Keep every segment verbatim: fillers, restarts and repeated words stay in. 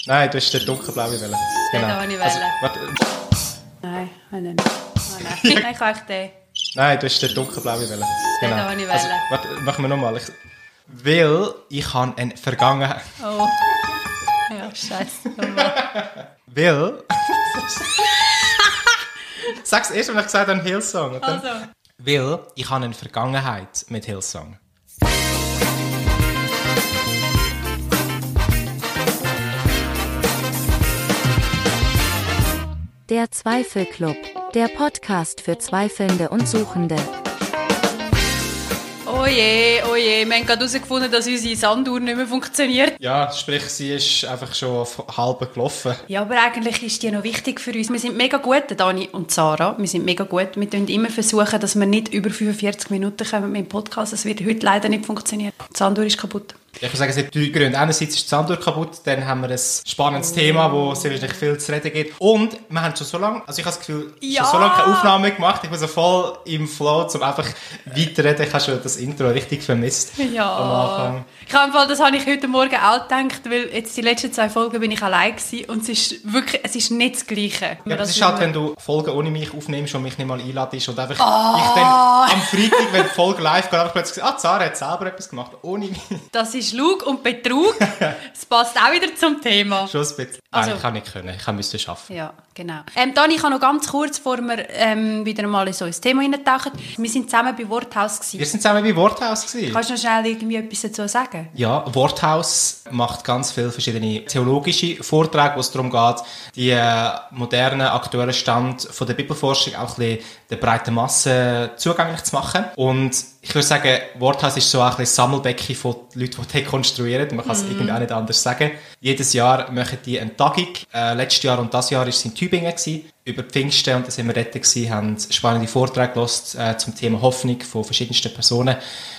Nein, du hast den dunkelblaue wählen. Genau. Den habe ich wählen. Also, nein, nein, nein. Oh, nein. Nein, ich kann echt den. Nein, du hast den dunkelblaue wählen. Genau. Den habe ich Also, wählen. warte, machen wir nochmal. Ich, weil ich habe eine Vergangenheit. Oh. Ja, scheiße. Nochmal. Weil... Sag's erst, wenn ich gesagt habe, Hillsong. Dann, Also. Weil ich habe eine Vergangenheit mit Hillsong. Der Zweifelclub, der Podcast für Zweifelnde und Suchende. Oh je, oh je, wir haben gerade herausgefunden, dass unsere Sanduhr nicht mehr funktioniert. Ja, sprich, sie ist einfach schon auf halb gelaufen. Ja, aber eigentlich ist die noch wichtig für uns. Wir sind mega gut, Dani und Sarah, wir sind mega gut. Wir versuchen immer, versuchen, dass wir nicht über fünfundvierzig Minuten kommen mit dem Podcast. Das wird heute leider nicht funktionieren. Die Sanduhr ist kaputt. Ich würde sagen, es hat drei Gründe. Einerseits ist die Sanduhr kaputt, dann haben wir ein spannendes oh. Thema, wo sehr wahrscheinlich viel zu reden gibt. Und wir haben schon so lange, also ich habe das Gefühl, ja. schon so lange keine Aufnahme gemacht. Ich bin so voll im Flow, um einfach weiterreden. Ich habe schon das Intro richtig vermisst. Ja. Am Anfang. Ich habe im Fall, das habe ich heute Morgen auch gedacht, weil jetzt die letzten zwei Folgen bin ich allein gewesen und es ist wirklich, es ist nicht das Gleiche. Ja, das ist halt, wenn du Folgen ohne mich aufnimmst und mich nicht mal einladest und einfach oh. ich dann am Freitag, wenn die Folge live geht, einfach plötzlich ah, Sarah hat selber etwas gemacht, ohne mich. Das ist Lug und Betrug. Das passt auch wieder zum Thema. Schon ein bisschen. Also, Nein, ich kann nicht können. Ich musste es arbeiten. Ja, genau. Ähm, Dani, ich kann noch ganz kurz, bevor wir ähm, wieder mal in so ein Thema hineintauchen. Wir sind zusammen bei Worthaus gewesen. Wir sind zusammen bei Worthaus gewesen. Kannst du noch schnell irgendwie etwas dazu sagen? Ja, Worthaus macht ganz viele verschiedene theologische Vorträge, wo es darum geht, die äh, modernen, aktuellen Stand von der Bibelforschung auch ein bisschen der breiten Masse zugänglich zu machen. Und ich würde sagen, Worthaus ist so ein bisschen Sammelbecken von Leuten, die dekonstruieren. Man kann es mm. irgendwie auch nicht anders sagen. Jedes Jahr machen die eine Tagung. Äh, letztes Jahr und das Jahr war es in Tübingen gewesen, über Pfingsten, und da sind wir dort gewesen, haben spannende Vorträge gehört äh, zum Thema Hoffnung von verschiedensten Personen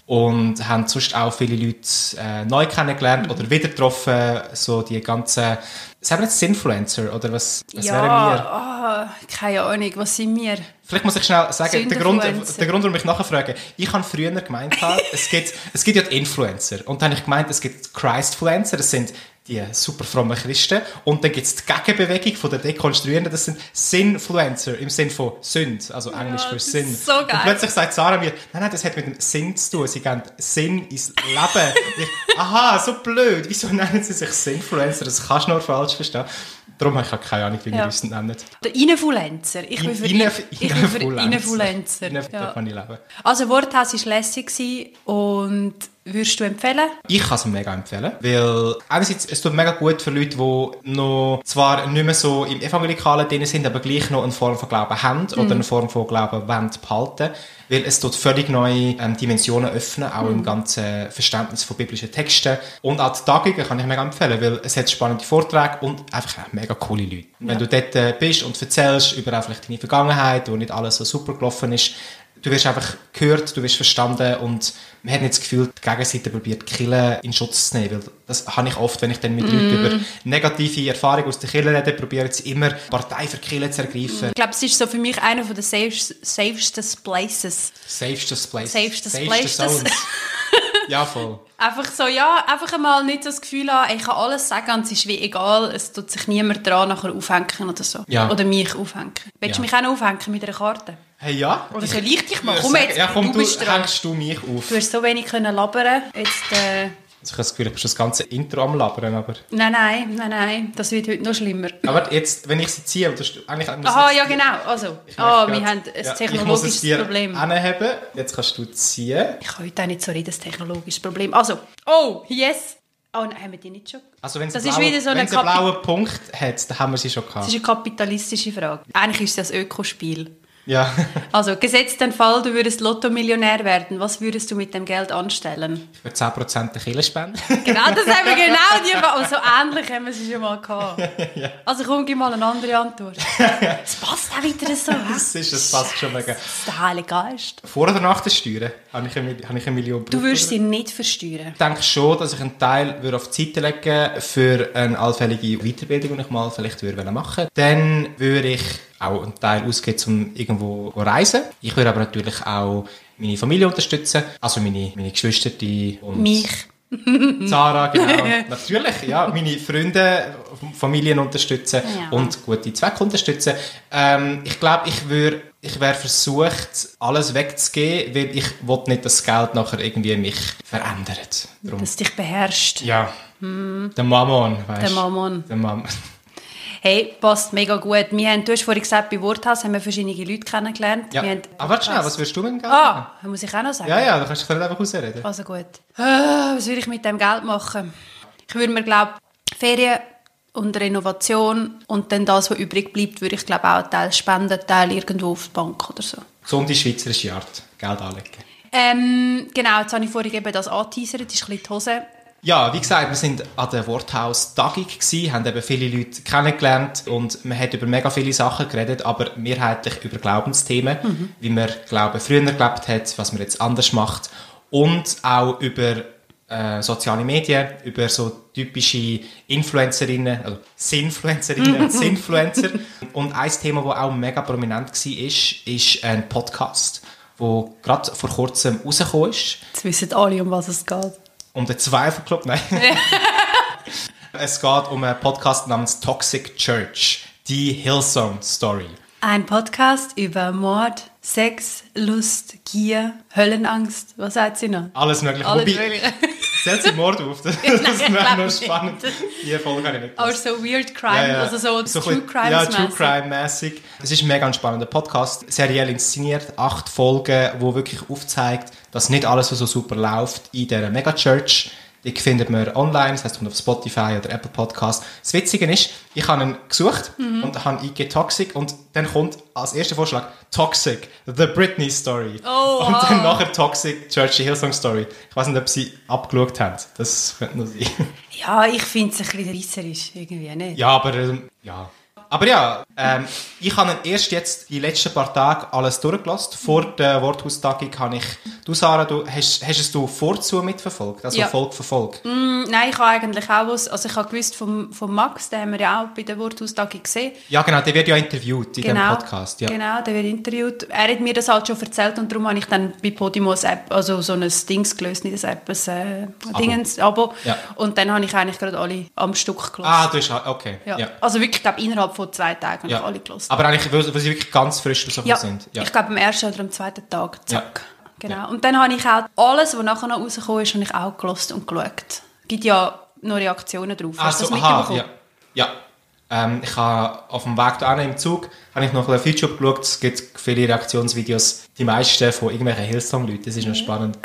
und haben sonst auch viele Leute äh, neu kennengelernt mm. oder wieder getroffen, so die ganzen, sagen wir jetzt Sinfluencer, oder was, was ja, wären wir? Ja, oh, keine Ahnung, was sind wir? Vielleicht muss ich schnell sagen, der Grund, der Grund, warum ich nachfrage, ich habe früher gemeint, es gibt, es gibt ja die Influencer. Und dann habe ich gemeint, es gibt Christfluencer, das sind die super frommen Christen. Und dann gibt es die Gegenbewegung von den Dekonstruierenden, das sind Sinfluencer, im Sinn von Sünd, also Englisch ja, für Sinn. So geil. Und plötzlich sagt Sarah mir, nein, nein, das hat mit dem Sinn zu tun, sie geben Sinn ins Leben. ich, aha, so blöd, wieso nennen sie sich Sinfluencer? Das kannst du nur falsch verstehen. Darum habe ich keine Ahnung, wie wir ja. uns nennen. Der Influencer. Ich bin für Influencer. Ja. kann ich leben. Also Worthaus war lässig und würdest du empfehlen? Ich kann es mega empfehlen, weil einerseits, es tut mega gut für Leute, die noch zwar nicht mehr so im Evangelikalen drin sind, aber gleich noch eine Form von Glauben haben mm. oder eine Form von Glauben wollen behalten, weil es tut völlig neue ähm, Dimensionen öffnen, auch mm. im ganzen Verständnis von biblischen Texten. Und auch die Tagungen kann ich mega empfehlen, weil es hat spannende Vorträge und einfach mega coole Leute. Ja. Wenn du dort äh, bist und erzählst über auch vielleicht deine Vergangenheit, wo nicht alles so super gelaufen ist, du wirst einfach gehört, du wirst verstanden und man hat nicht das Gefühl, die Gegenseite probiert, die Kirche in Schutz zu nehmen. Weil das habe ich oft, wenn ich dann mit mm. Leuten über negative Erfahrungen aus der Kirche rede, probieren sie immer Partei für die Kirche zu ergreifen. Ich glaube, es ist so für mich einer der safesten Places. Safest Places. Safest Places. Ja, voll. Einfach so, ja, einfach einmal nicht so das Gefühl haben, ich kann alles sagen und es ist wie egal, es tut sich niemand dran nachher aufhängen oder so. Ja. Oder mich aufhängen. Willst du ja. mich auch noch aufhängen mit einer Karte? Hey, ja. Oder soll ich dich mal? Komm jetzt, ja, komm, du, bist du dran. hängst du mich auf. Du hast so wenig können labern. Jetzt, äh... Also ich habe das Gefühl, ich bin schon das ganze Intro am Labern, aber... Nein, nein, nein, nein, das wird heute noch schlimmer. Aber jetzt, wenn ich sie ziehe, das ist eigentlich... Aha, ja genau, also, ah, wir haben ein ja, technologisches ich muss es Problem. dir anheben. Jetzt kannst du ziehen. Ich kann heute auch nicht so reden, das technologisches Problem. Also, oh, yes! Oh nein, haben wir die nicht schon? Also wenn es das einen, blaue, so einen Kapi- blauen Punkt hat, dann haben wir sie schon gehabt. Das ist eine kapitalistische Frage. Eigentlich ist es das Ökospiel. Ja. Also, gesetzt den Fall, du würdest Lotto-Millionär werden, was würdest du mit dem Geld anstellen? Ich würde zehn Prozent der Kirche spenden. Genau, das haben wir genau die Frage. So ähnlich haben wir sie schon mal gehabt. Ja. Also komm, gib mal eine andere Antwort. Es passt auch wieder so. Das ist, das passt schon mega. Das ist der Heilige Geist. Vor oder nach der Steuern habe ich eine, habe ich eine Million brutto. Du würdest sie nicht versteuern? Ich denke schon, dass ich einen Teil würde auf die Seite legen würde für eine allfällige Weiterbildung, die ich mal vielleicht würde machen würde. Dann würde ich auch einen Teil ausgeben, um irgendwo zu reisen. Ich würde aber natürlich auch meine Familie unterstützen, also meine, meine Geschwister die und mich. Zara, genau. Natürlich, ja, meine Freunde, Familien unterstützen Ja. und gute Zwecke unterstützen. Ähm, ich glaube, ich würde, ich wäre versucht, alles wegzugeben, weil ich will nicht, dass das Geld nachher irgendwie mich verändert. Darum. Dass dich beherrscht. Ja, der Mammon, weißt Der Mammon. Der Mammon. Hey, passt mega gut. Wir haben, du hast vorhin gesagt, bei Worthaus haben wir verschiedene Leute kennengelernt. Ja. Wir haben Aber warte schnell, was würdest du mit dem Geld Ah, das muss ich auch noch sagen. machen? Ja, ja, du kannst dich nicht einfach ausreden. Also gut. Ah, was würde ich mit dem Geld machen? Ich würde mir, glaube Ferien und Renovation und dann das, was übrig bleibt, würde ich, glaube auch einen Teil spenden, einen Teil irgendwo auf die Bank oder so. Gesunde schweizerische Art, Geld anlegen. Ähm, genau, jetzt habe ich vorhin eben das angeteasert, das ist ein bisschen die Hose. Ja, wie gesagt, wir sind an der Worthaus-Tagung gsi, haben eben viele Leute kennengelernt und man hat über mega viele Sachen geredet, aber mehrheitlich über Glaubensthemen, mhm. wie man Glauben früher gelebt hat, was man jetzt anders macht und auch über äh, soziale Medien, über so typische Influencerinnen, also Sinfluencerinnen und Sinfluencer. Und ein Thema, das auch mega prominent war, ist, ist ein Podcast, der gerade vor kurzem rausgekommen ist. Jetzt wissen alle, um was es geht. Um den Zweifelclub? Nein. Es geht um einen Podcast namens Toxic Church, die Hillsong Story. Ein Podcast über Mord, Sex, Lust, Gier, Höllenangst. Was sagt sie noch? Alles Mögliche. Alles Wobei, Mögliche. zählt sie Mord auf? Das, Nein, das ich wäre glaub noch nicht. spannend. Die Folge habe ich nicht Aber gewusst. so Weird Crime, Ja, ja. also so, So True ein bisschen- Crimes Ja, True Crime-mässig. Es ist ein mega spannender Podcast, seriell inszeniert, acht Folgen, wo wirklich aufzeigt, dass nicht alles, was so super läuft in dieser Megachurch. Die findet man online, das heisst, kommt auf Spotify oder Apple Podcast. Das Witzige ist, ich habe ihn gesucht Mhm. und habe eingegeben Toxic und dann kommt als erster Vorschlag Toxic, The Britney Story. Oh, und dann wow. nachher Toxic, Church, the Hillsong Story. Ich weiß nicht, ob sie abgeschaut haben. Das könnte noch sein. Ja, ich finde es ein bisschen reisserisch, irgendwie, nicht? Ja, aber ähm, ja. Aber ja, ähm, ich habe erst jetzt die letzten paar Tage alles durchgelassen. Vor der Worthaustagung habe ich... Du, Sarah, du, hast, hast es du vorzu mitverfolgt? Also Ja. Folge für Folge? Mm, nein, ich habe eigentlich auch was, also ich habe gewusst vom, vom Max, den haben wir ja auch bei der Worthaustagung gesehen. Ja, genau, der wird ja interviewt in Genau, diesem Podcast. Ja. genau, der wird interviewt. Er hat mir das halt schon erzählt und darum habe ich dann bei Podimo eine App, also so ein Dings gelöst, nicht ein App, ein äh, Dingens, Abo. Ja. Und dann habe ich eigentlich gerade alle am Stück gelassen. Ah, du hast... Okay, ja. ja. Also wirklich, ich glaube, innerhalb von zwei Tagen habe Ja. ich alle gelassen. Aber eigentlich, wo wo sie wirklich ganz frisch rausgekommen Ja, sind. Ja. ich glaube am ersten oder am zweiten Tag, zack. Ja. Genau. Ja. Und dann habe ich auch alles, was nachher noch rausgekommen ist, habe ich auch gelassen und geschaut. Es gibt ja noch Reaktionen drauf. Ah, Hast du so, das aha, mitbekommen? ja. ja. Ähm, ich habe auf dem Weg da im Zug habe ich noch ein bisschen auf YouTube geschaut. Es gibt viele Reaktionsvideos. Die meisten von irgendwelchen Hillsong-Leuten. Das ist noch spannend.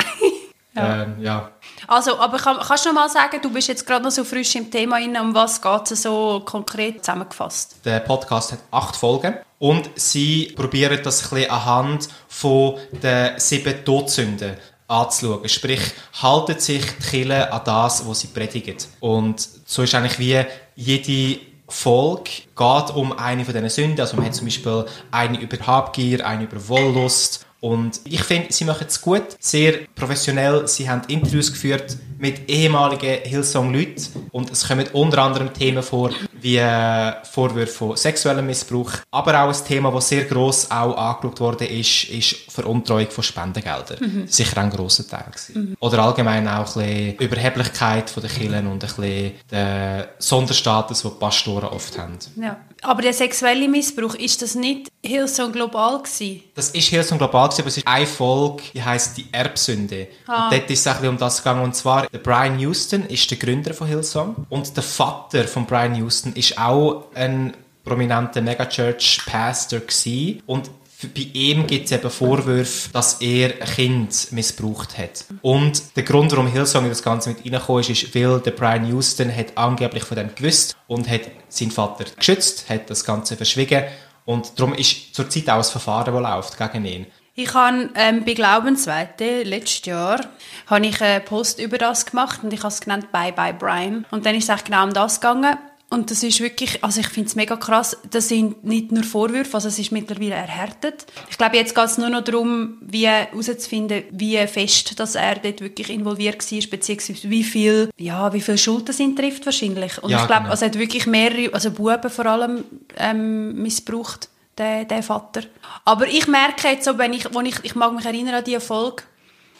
Ja. Ähm, ja. Also, aber kann, kannst du noch mal sagen, du bist jetzt gerade noch so frisch im Thema rein, um was geht es so konkret zusammengefasst? Der Podcast hat acht Folgen und sie probieren das ein bisschen anhand von den sieben Todsünden anzuschauen. Sprich, halten sich die Kirche an das, was sie predigen. Und so ist eigentlich wie jede Folge geht um eine von diesen Sünden. Also man hat zum Beispiel eine über Habgier, eine über Wollust. Und ich finde, sie machen es gut, sehr professionell. Sie haben Interviews geführt mit ehemaligen Hillsong-Leuten und es kommen unter anderem Themen vor, wie äh, Vorwürfe von sexuellem Missbrauch. Aber auch ein Thema, das sehr gross auch angeschaut worden ist, ist Veruntreuung von Spendengeldern. Mhm. Sicher ein grosser Teil gewesen. Mhm. Oder allgemein auch ein bisschen Überheblichkeit der Kirchen und ein bisschen den Sonderstatus, den die Pastoren oft haben. Ja. Aber der sexuelle Missbrauch, ist das nicht Hillsong global gewesen? Das ist Hillsong global gewesen, aber es ist eine Folge, die heisst die Erbsünde. Ah. Und dort ist es ein bisschen um das gegangen. Und zwar, der Brian Houston ist der Gründer von Hillsong. Und der Vater von Brian Houston ist auch ein prominenter Megachurch-Pastor gewesen. Und bei ihm gibt es eben Vorwürfe, dass er ein Kind missbraucht hat. Und der Grund, warum Hillsong in das Ganze mit reingekommen ist, ist, weil der Brian Houston hat angeblich von dem gewusst und hat seinen Vater geschützt, hat das Ganze verschwiegen. Und darum ist zurzeit auch ein Verfahren, das läuft gegen ihn. Ich habe ähm, bei Glaubensweite letztes Jahr habe ich einen Post über das gemacht und ich habe es genannt «Bye Bye Brian». Und dann ist es eigentlich genau um das gegangen. Und das ist wirklich, also ich finde es mega krass, das sind nicht nur Vorwürfe, also es ist mittlerweile erhärtet. Ich glaube, jetzt geht es nur noch darum, wie herauszufinden, wie fest dass er dort wirklich involviert war, beziehungsweise wie viel, ja, wie viel Schuld das ihn trifft wahrscheinlich. Und Ja, ich glaube, genau. also er hat wirklich mehrere, also Buben vor allem ähm, missbraucht, der, der Vater. Aber ich merke jetzt so, wenn ich, wo ich, ich mag mich erinnern an diese Folge,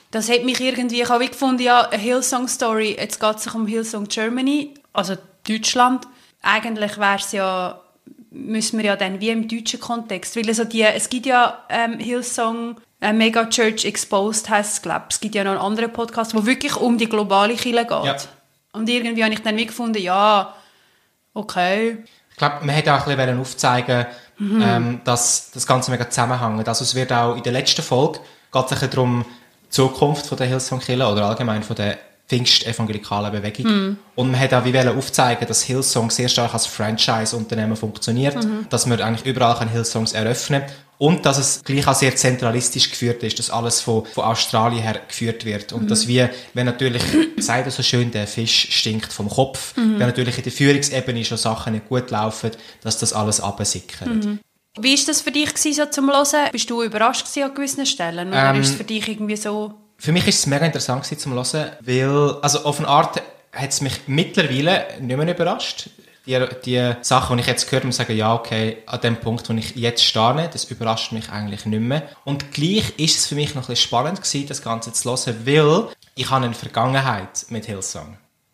Das hat mich irgendwie, ich habe gefunden, ja, eine Hillsong-Story, jetzt geht es sich um Hillsong Germany, also Deutschland. Eigentlich wäre es ja, müssen wir ja dann wie im deutschen Kontext, weil also die, es gibt ja ähm, Hillsong äh, Mega Church Exposed heisst es, glaube ich. Es gibt ja noch einen anderen Podcast, wo wirklich um die globale Kirche geht. Ja. Und irgendwie habe ich dann wie gefunden, ja, okay. Ich glaube, man hätte auch ein bisschen aufzeigen, mhm. ähm, dass das Ganze mega zusammenhängt. Also es wird auch in der letzten Folge, geht es darum, die Zukunft von der Hillsong-Kirche oder allgemein von der pfingst-evangelikalen Bewegung. Mm. Und man hat auch wie aufzeigen, dass Hillsong sehr stark als Franchise-Unternehmen funktioniert, mm. dass man eigentlich überall kann Hillsongs eröffnen kann und dass es gleich auch sehr zentralistisch geführt ist, dass alles von, von Australien her geführt wird. Und mm. dass wir, wenn natürlich, sagt er so schön, der Fisch stinkt vom Kopf, mm. wenn natürlich in der Führungsebene schon Sachen nicht gut laufen, dass das alles absickert. Mm. Wie war das für dich so zum Hören? Bist du überrascht an gewissen Stellen? Oder ähm, ist es für dich irgendwie so... Für mich war es mega interessant zum Hören, weil, also auf eine Art hat es mich mittlerweile nicht mehr überrascht. Die, die Sachen, die ich jetzt gehört habe, sagen, ja, okay, an dem Punkt, wo ich jetzt stehe, das überrascht mich eigentlich nicht mehr. Und gleich ist es für mich noch ein bisschen spannend gewesen, das Ganze zu hören, weil ich habe eine Vergangenheit mit Hillsong.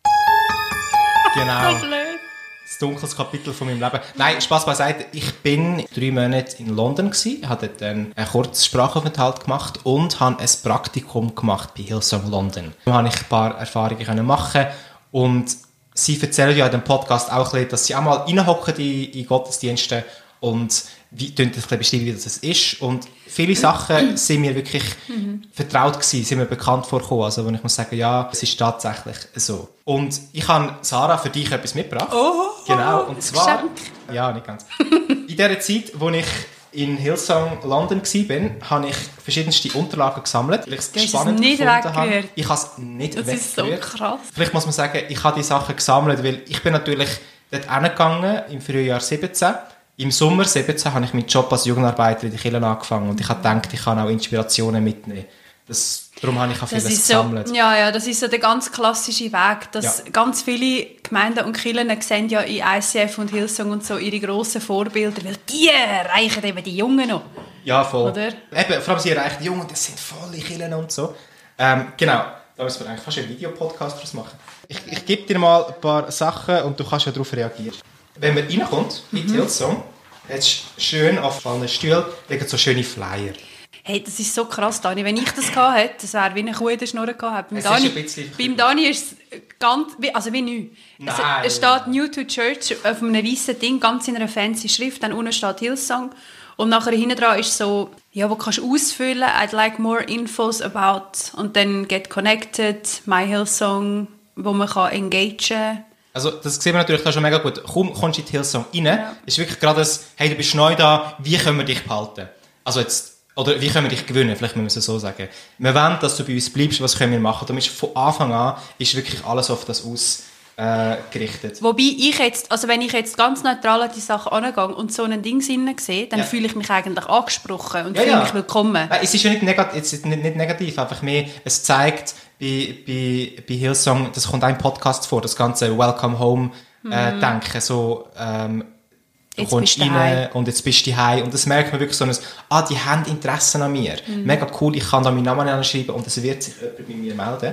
Genau. Das dunkles Kapitel von meinem Leben. Nein, Spass beiseite. Ich bin drei Monate in London gewesen, habe dort einen Kurzsprachaufenthalt gemacht und habe ein Praktikum gemacht bei Hillsong London. Da habe ich ein paar Erfahrungen machen und sie erzählen ja in dem Podcast auch ein bisschen, dass sie auch mal reinhocken in, in Gottesdienste und wie das ein bisschen beschreiben, wie das ist. Und viele Sachen sind mir wirklich mhm. vertraut gewesen, sind mir bekannt vorgekommen. Also, wo ich muss sagen, ja, es ist tatsächlich so. Und ich habe, Sarah, für dich etwas mitgebracht. Oh, genau. Und zwar, ja, nicht ganz. In dieser Zeit, wo ich in Hillsong London war, habe ich verschiedenste Unterlagen gesammelt, weil ich es spannend gefunden habe. Ich habe es nicht das weggerührt. Das ist so krass. Vielleicht muss man sagen, ich habe die Sachen gesammelt, weil ich bin natürlich dort hingegangen, im Frühjahr siebzehn. Im Sommer siebzehn habe ich meinen Job als Jugendarbeiter in der Kirche angefangen und ich habe gedacht, ich kann auch Inspirationen mitnehmen. Das, darum habe ich auch vieles gesammelt. So, ja, ja, das ist so der ganz klassische Weg, dass ja. ganz viele Gemeinden und Kirchen sehen ja in I C F und Hillsong und so ihre grossen Vorbilder, weil die erreichen eben die Jungen noch. Ja, voll. Oder? Eben, vor allem sie erreichen die Jungen, das sind volle Kirchen und so. Ähm, genau, da müssen wir eigentlich fast einen Videopodcast draus machen. Ich, ich gebe dir mal ein paar Sachen und du kannst ja darauf reagieren. Wenn man reinkommt in mhm. Hillsong, hat es schön auf allen Stühlen liegen so schöne Flyer. Hey, das ist so krass, Dani. Wenn ich das gehabt hätte, das wäre wie eine Kuh in der Schnur gehabt. Beim Dani, beim Dani ist es ganz, also wie nichts. Es, es steht «New to Church» auf einem weißen Ding, ganz in einer fancy Schrift. Dann unten steht «Hillsong». Und nachher hinten dran ist so, ja, wo kannst du ausfüllen, «I'd like more infos about». Und dann «Get connected», «My Hillsong», wo man kann engagen kann. Also das sehen wir natürlich da schon mega gut. Kaum kommst du in die Hillsong rein, ja. ist wirklich gerade das, hey, du bist neu da, wie können wir dich behalten? Also jetzt, oder wie können wir dich gewinnen, vielleicht müssen wir es so sagen. Wir wollen, dass du bei uns bleibst, was können wir machen? Darum ist von Anfang an ist wirklich alles auf das ausgerichtet. Äh, Wobei ich jetzt, also wenn ich jetzt ganz neutral an die Sache angehe und so ein Ding sehe, dann ja. fühle ich mich eigentlich angesprochen und ja, fühle ja. mich willkommen. Nein, es ist ja nicht negativ, es ist nicht, nicht negativ, einfach mehr, es zeigt, bei, bei, bei Hillsong, das kommt auch im Podcast vor, das ganze Welcome Home äh, mhm. denken, so ähm, du jetzt kommst rein und jetzt bist du daheim und das merkt man wirklich so, ein, ah, die haben Interesse an mir, mhm. mega cool, ich kann da meinen Namen anschreiben und es wird sich jemand bei mir melden.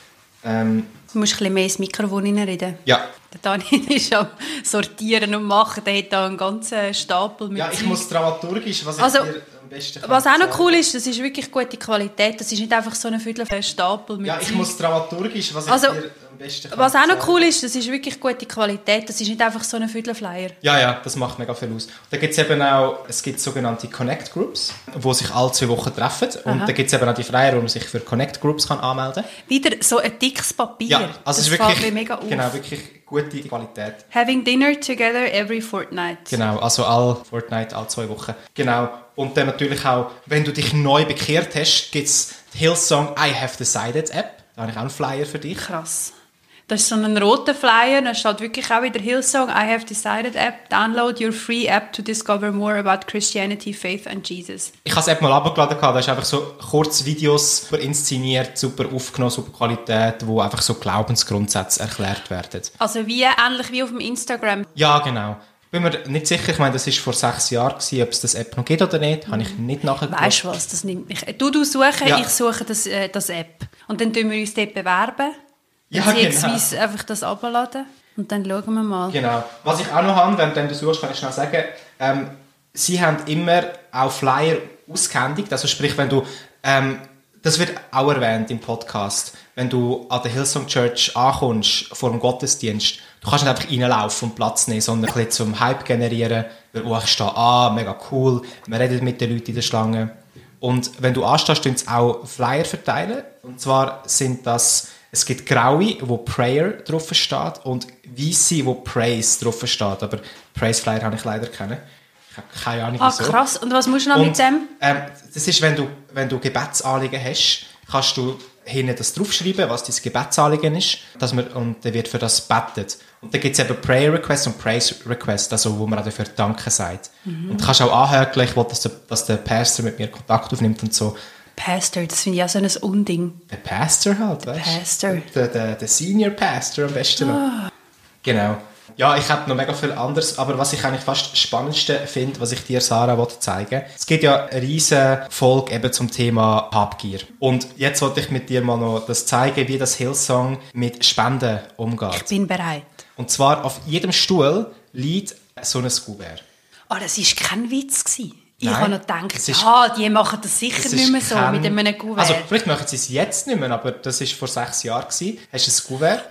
Ähm, du musst ein bisschen mehr ins Mikrofon reinreden. Ja. Der Dani ist am Sortieren und Machen, der hat da einen ganzen Stapel mit Ja, ich Zeug. Muss dramaturgisch, was also, ich dir am besten kann was auch noch sagen. cool ist, das ist wirklich gute Qualität, das ist nicht einfach so ein Viertel Stapel mit Ja, ich Zeug. muss dramaturgisch, was also, ich dir am besten kann Was auch noch sagen. cool ist, das ist wirklich gute Qualität, das ist nicht einfach so ein Viertelflyer. Ja, ja, das macht mega viel aus. Da gibt es eben auch, es gibt sogenannte Connect Groups, wo sich alle zwei Wochen treffen. Und Aha. da gibt es eben auch die Flyer, wo man sich für Connect Groups kann anmelden kann. Wieder so ein dickes Papier. Ja, also das es ist wirklich, mega auf. Genau, wirklich gute Qualität. Having dinner together every fortnight. Genau, also all Fortnight, alle zwei Wochen. Genau. Und dann natürlich auch, wenn du dich neu bekehrt hast, gibt es die Hillsong I Have Decided App. Da habe ich auch einen Flyer für dich. Krass. Das ist so ein roter Flyer, da steht wirklich auch wieder Hillsong, I Have Decided App, download your free app to discover more about Christianity, Faith and Jesus. Ich habe es App mal abgeladen, da ist einfach so kurz Videos super inszeniert, super aufgenommen, super Qualität, wo einfach so Glaubensgrundsätze erklärt werden. Also wie ähnlich wie auf dem Instagram? Ja, genau. Ich Bin mir nicht sicher, ich meine, das war vor sechs Jahren, gewesen, ob es das App noch gibt oder nicht, habe ich nicht nachgeschaut. Weißt du was, das nimmt mich... Du, du suchen, Ja. ich suche das, äh, das App. Und dann tun wir uns dort bewerben, Ja, beziehungsweise genau. einfach das abladen und dann schauen wir mal. Genau. Was ich auch noch habe, wenn du suchst, kann ich schnell sagen, ähm, sie haben immer auch Flyer ausgehändigt, also sprich, wenn du, ähm, das wird auch erwähnt im Podcast, wenn du an der Hillsong Church ankommst, vor dem Gottesdienst, du kannst nicht einfach reinlaufen und Platz nehmen, sondern ein bisschen zum Hype generieren, weil oh, ich stehe an, mega cool, man redet mit den Leuten in der Schlange. Und wenn du anstehst, tun sie auch Flyer verteilen, und zwar sind das, es gibt graue, wo Prayer drauf steht, und weisse, wo Praise drauf steht, aber Praise Flyer habe ich leider keinen. Ich habe keine Ahnung, Ah, wieso. krass. Und was musst du noch Und, mit dem? Ähm, das ist, wenn du, wenn du Gebetsanliegen hast, kannst du hinten das draufschreiben, was dein Gebetsanliegen ist, dass man, und dann wird für das betet. Und dann gibt es eben Prayer Requests und Praise Requests, also wo man auch dafür Danke sagt. Mhm. Und du kannst auch anhören, ich will, dass der, dass der Pastor mit mir Kontakt aufnimmt und so. Pastor, das finde ich auch so ein Unding. Der Pastor halt, weißt du? Pastor. Der, der, der Senior Pastor am besten noch. Ah. Genau. Ja, ich habe noch mega viel anderes, aber was ich eigentlich fast das Spannendste finde, was ich dir, Sarah, wollte zeigen. Es gibt ja eine riesige Folge eben zum Thema Habgier. Und jetzt wollte ich mit dir mal noch das zeigen, wie das Hillsong mit Spenden umgeht. Ich bin bereit. Und zwar auf jedem Stuhl liegt so ein Kuvert. Ah, das war kein Witz gewesen. Ich Nein, habe noch gedacht, es ist- ah, die machen das sicher Es nicht ist mehr so kein- mit einem Kuvert. Also vielleicht machen sie es jetzt nicht mehr, aber das war vor sechs Jahren. Gewesen. Hast du ein Kuvert?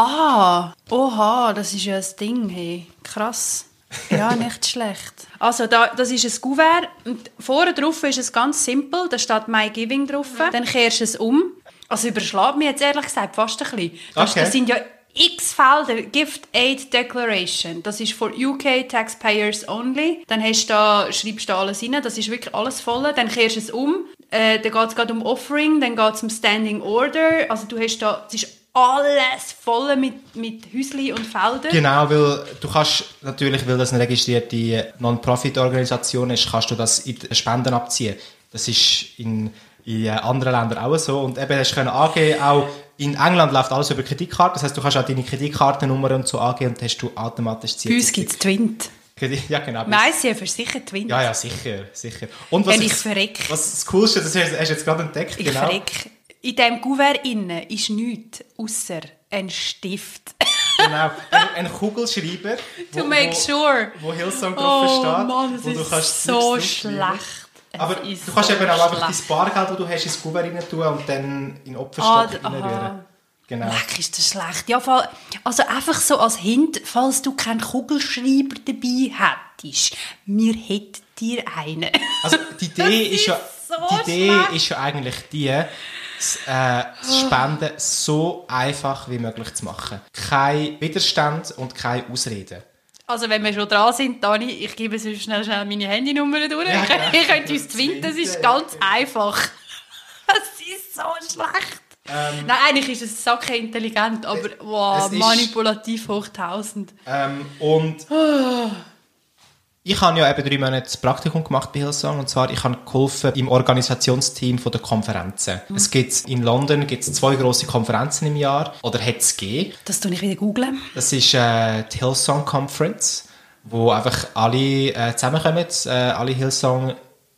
Oha, oha, das ist ja ein Ding, hey. Krass. Ja, nicht schlecht. Also, da, das ist ein Kuvert. Und vorne drauf ist es ganz simpel. Da steht «My Giving» drauf. Dann kehrst du es um. Also, überschlägt mich jetzt ehrlich gesagt fast ein bisschen. Das, Okay. das sind ja x Felder. «Gift Aid Declaration». Das ist for U K Taxpayers only. Dann hast du da, schreibst du da alles rein. Das ist wirklich alles voll. Dann kehrst du es um. Äh, dann geht es gerade um Offering. Dann geht es um Standing Order. Also, du hast da... Es ist alles voll mit, mit Häuschen und Feldern. Genau, weil du kannst natürlich, weil das eine registrierte Non-Profit-Organisation ist, kannst du das in die Spenden abziehen. Das ist in, in anderen Ländern auch so. Und eben hast du können angeben, auch in England läuft alles über Kreditkarte. Das heisst, du kannst auch deine Kreditkartennummer und so angeben und hast du automatisch Bei uns gibt es Twint. Kredit. Ja, genau. Nein, sie haben sicher Twint. Ja, ja, sicher, sicher. Und was Wenn ich verreck. Was das Coolste, das hast hast du jetzt gerade entdeckt, Ich genau. verreck. In diesem Kuvert innen ist nichts, außer ein Stift. Genau, ein, ein Kugelschreiber, To make sure. wo Hillsong drauf Oh steht. Mann, das wo du ist kannst so nichts draufschreiben. schlecht. Es Aber ist du kannst so eben auch einfach schlecht. dein Bargeld, das du hast, ins Kuvert rein tun und dann in den Ah, Opferstock d- reinrühren. aha. Genau. Leck, ist das schlecht. Ja, fall- also einfach so als Hint, falls du keinen Kugelschreiber dabei hättest, wir hätten dir einen. Also die Idee Das ist, ja, ist so die Idee schlecht. ist ja eigentlich die, das, äh, das Spenden so einfach wie möglich zu machen. Kein Widerstand und keine Ausreden. Also wenn wir schon dran sind, Dani, ich gebe sonst schnell, schnell meine Handynummer durch. Ja, genau. Ihr könnt uns twinten, das ist ganz einfach. Das ist so schlecht. Ähm, Nein, eigentlich ist es sacke intelligent, aber wow, es ist- manipulativ hoch tausend. Ähm, und ich habe ja eben drei Monate das Praktikum gemacht bei Hillsong, und zwar ich habe geholfen im Organisationsteam von der Konferenzen. Mhm. Es gibt in London gibt's zwei grosse Konferenzen im Jahr, oder hat es gegeben. Das tue ich wieder googlen. Das ist äh, die Hillsong Conference, wo einfach alle äh, zusammenkommen, äh, alle Hillsong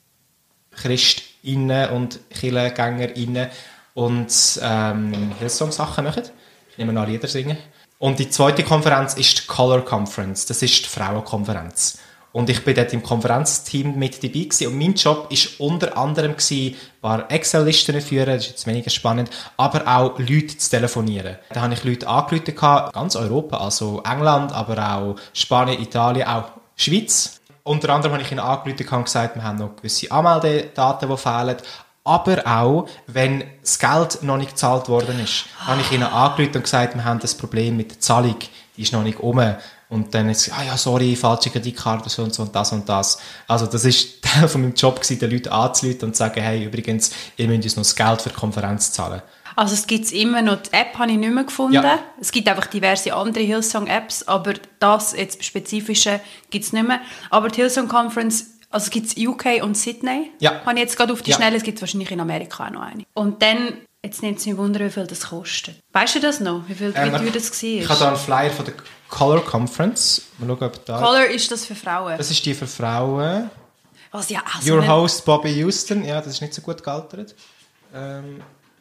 Christinnen und Kirchengängerinnen und ähm, Hillsong-Sachen machen. Ich nehme an, Lieder singen. Und die zweite Konferenz ist die Color Conference. Das ist die Frauenkonferenz. Und ich bin dort im Konferenzteam mit dabei gewesen. Und mein Job war unter anderem gewesen, ein paar Excel-Listen zu führen, das ist jetzt weniger spannend, aber auch Leute zu telefonieren. Da habe ich Leute angerufen, ganz Europa, also England, aber auch Spanien, Italien, auch Schweiz. Unter anderem habe ich ihnen angerufen und gesagt, wir haben noch gewisse Anmeldedaten, die fehlen. Aber auch, wenn das Geld noch nicht gezahlt worden ist, habe ich ihnen angerufen und gesagt, wir haben das Problem mit der Zahlung, die ist noch nicht um. Und dann ist ah ja, sorry, falsche Kreditkarte, so und so und das und das. Also das ist Teil von meinem Job gewesen, den Leuten anzurufen und zu sagen, hey, übrigens, ihr müsst uns noch das Geld für die Konferenz zahlen. Also es gibt immer noch, die App habe ich nicht mehr gefunden. Ja. Es gibt einfach diverse andere Hillsong-Apps, aber das jetzt spezifische gibt es nicht mehr. Aber die Hillsong Conference, also es gibt U K und Sydney. Ja. Habe ich jetzt gerade auf die Ja. Schnelle, es gibt wahrscheinlich in Amerika auch noch eine. Und dann Jetzt nimmt es mich Wunder, wie viel das kostet. Weißt du das noch? Wie viel Ähm, wie teuer das war? Ich habe hier einen Flyer von der Color Conference. Mal schauen, ob da... Color ist das für Frauen? Das ist die für Frauen. Was ja auch so Your eine- host Bobby Houston. Ja, das ist nicht so gut gealtert. Ähm,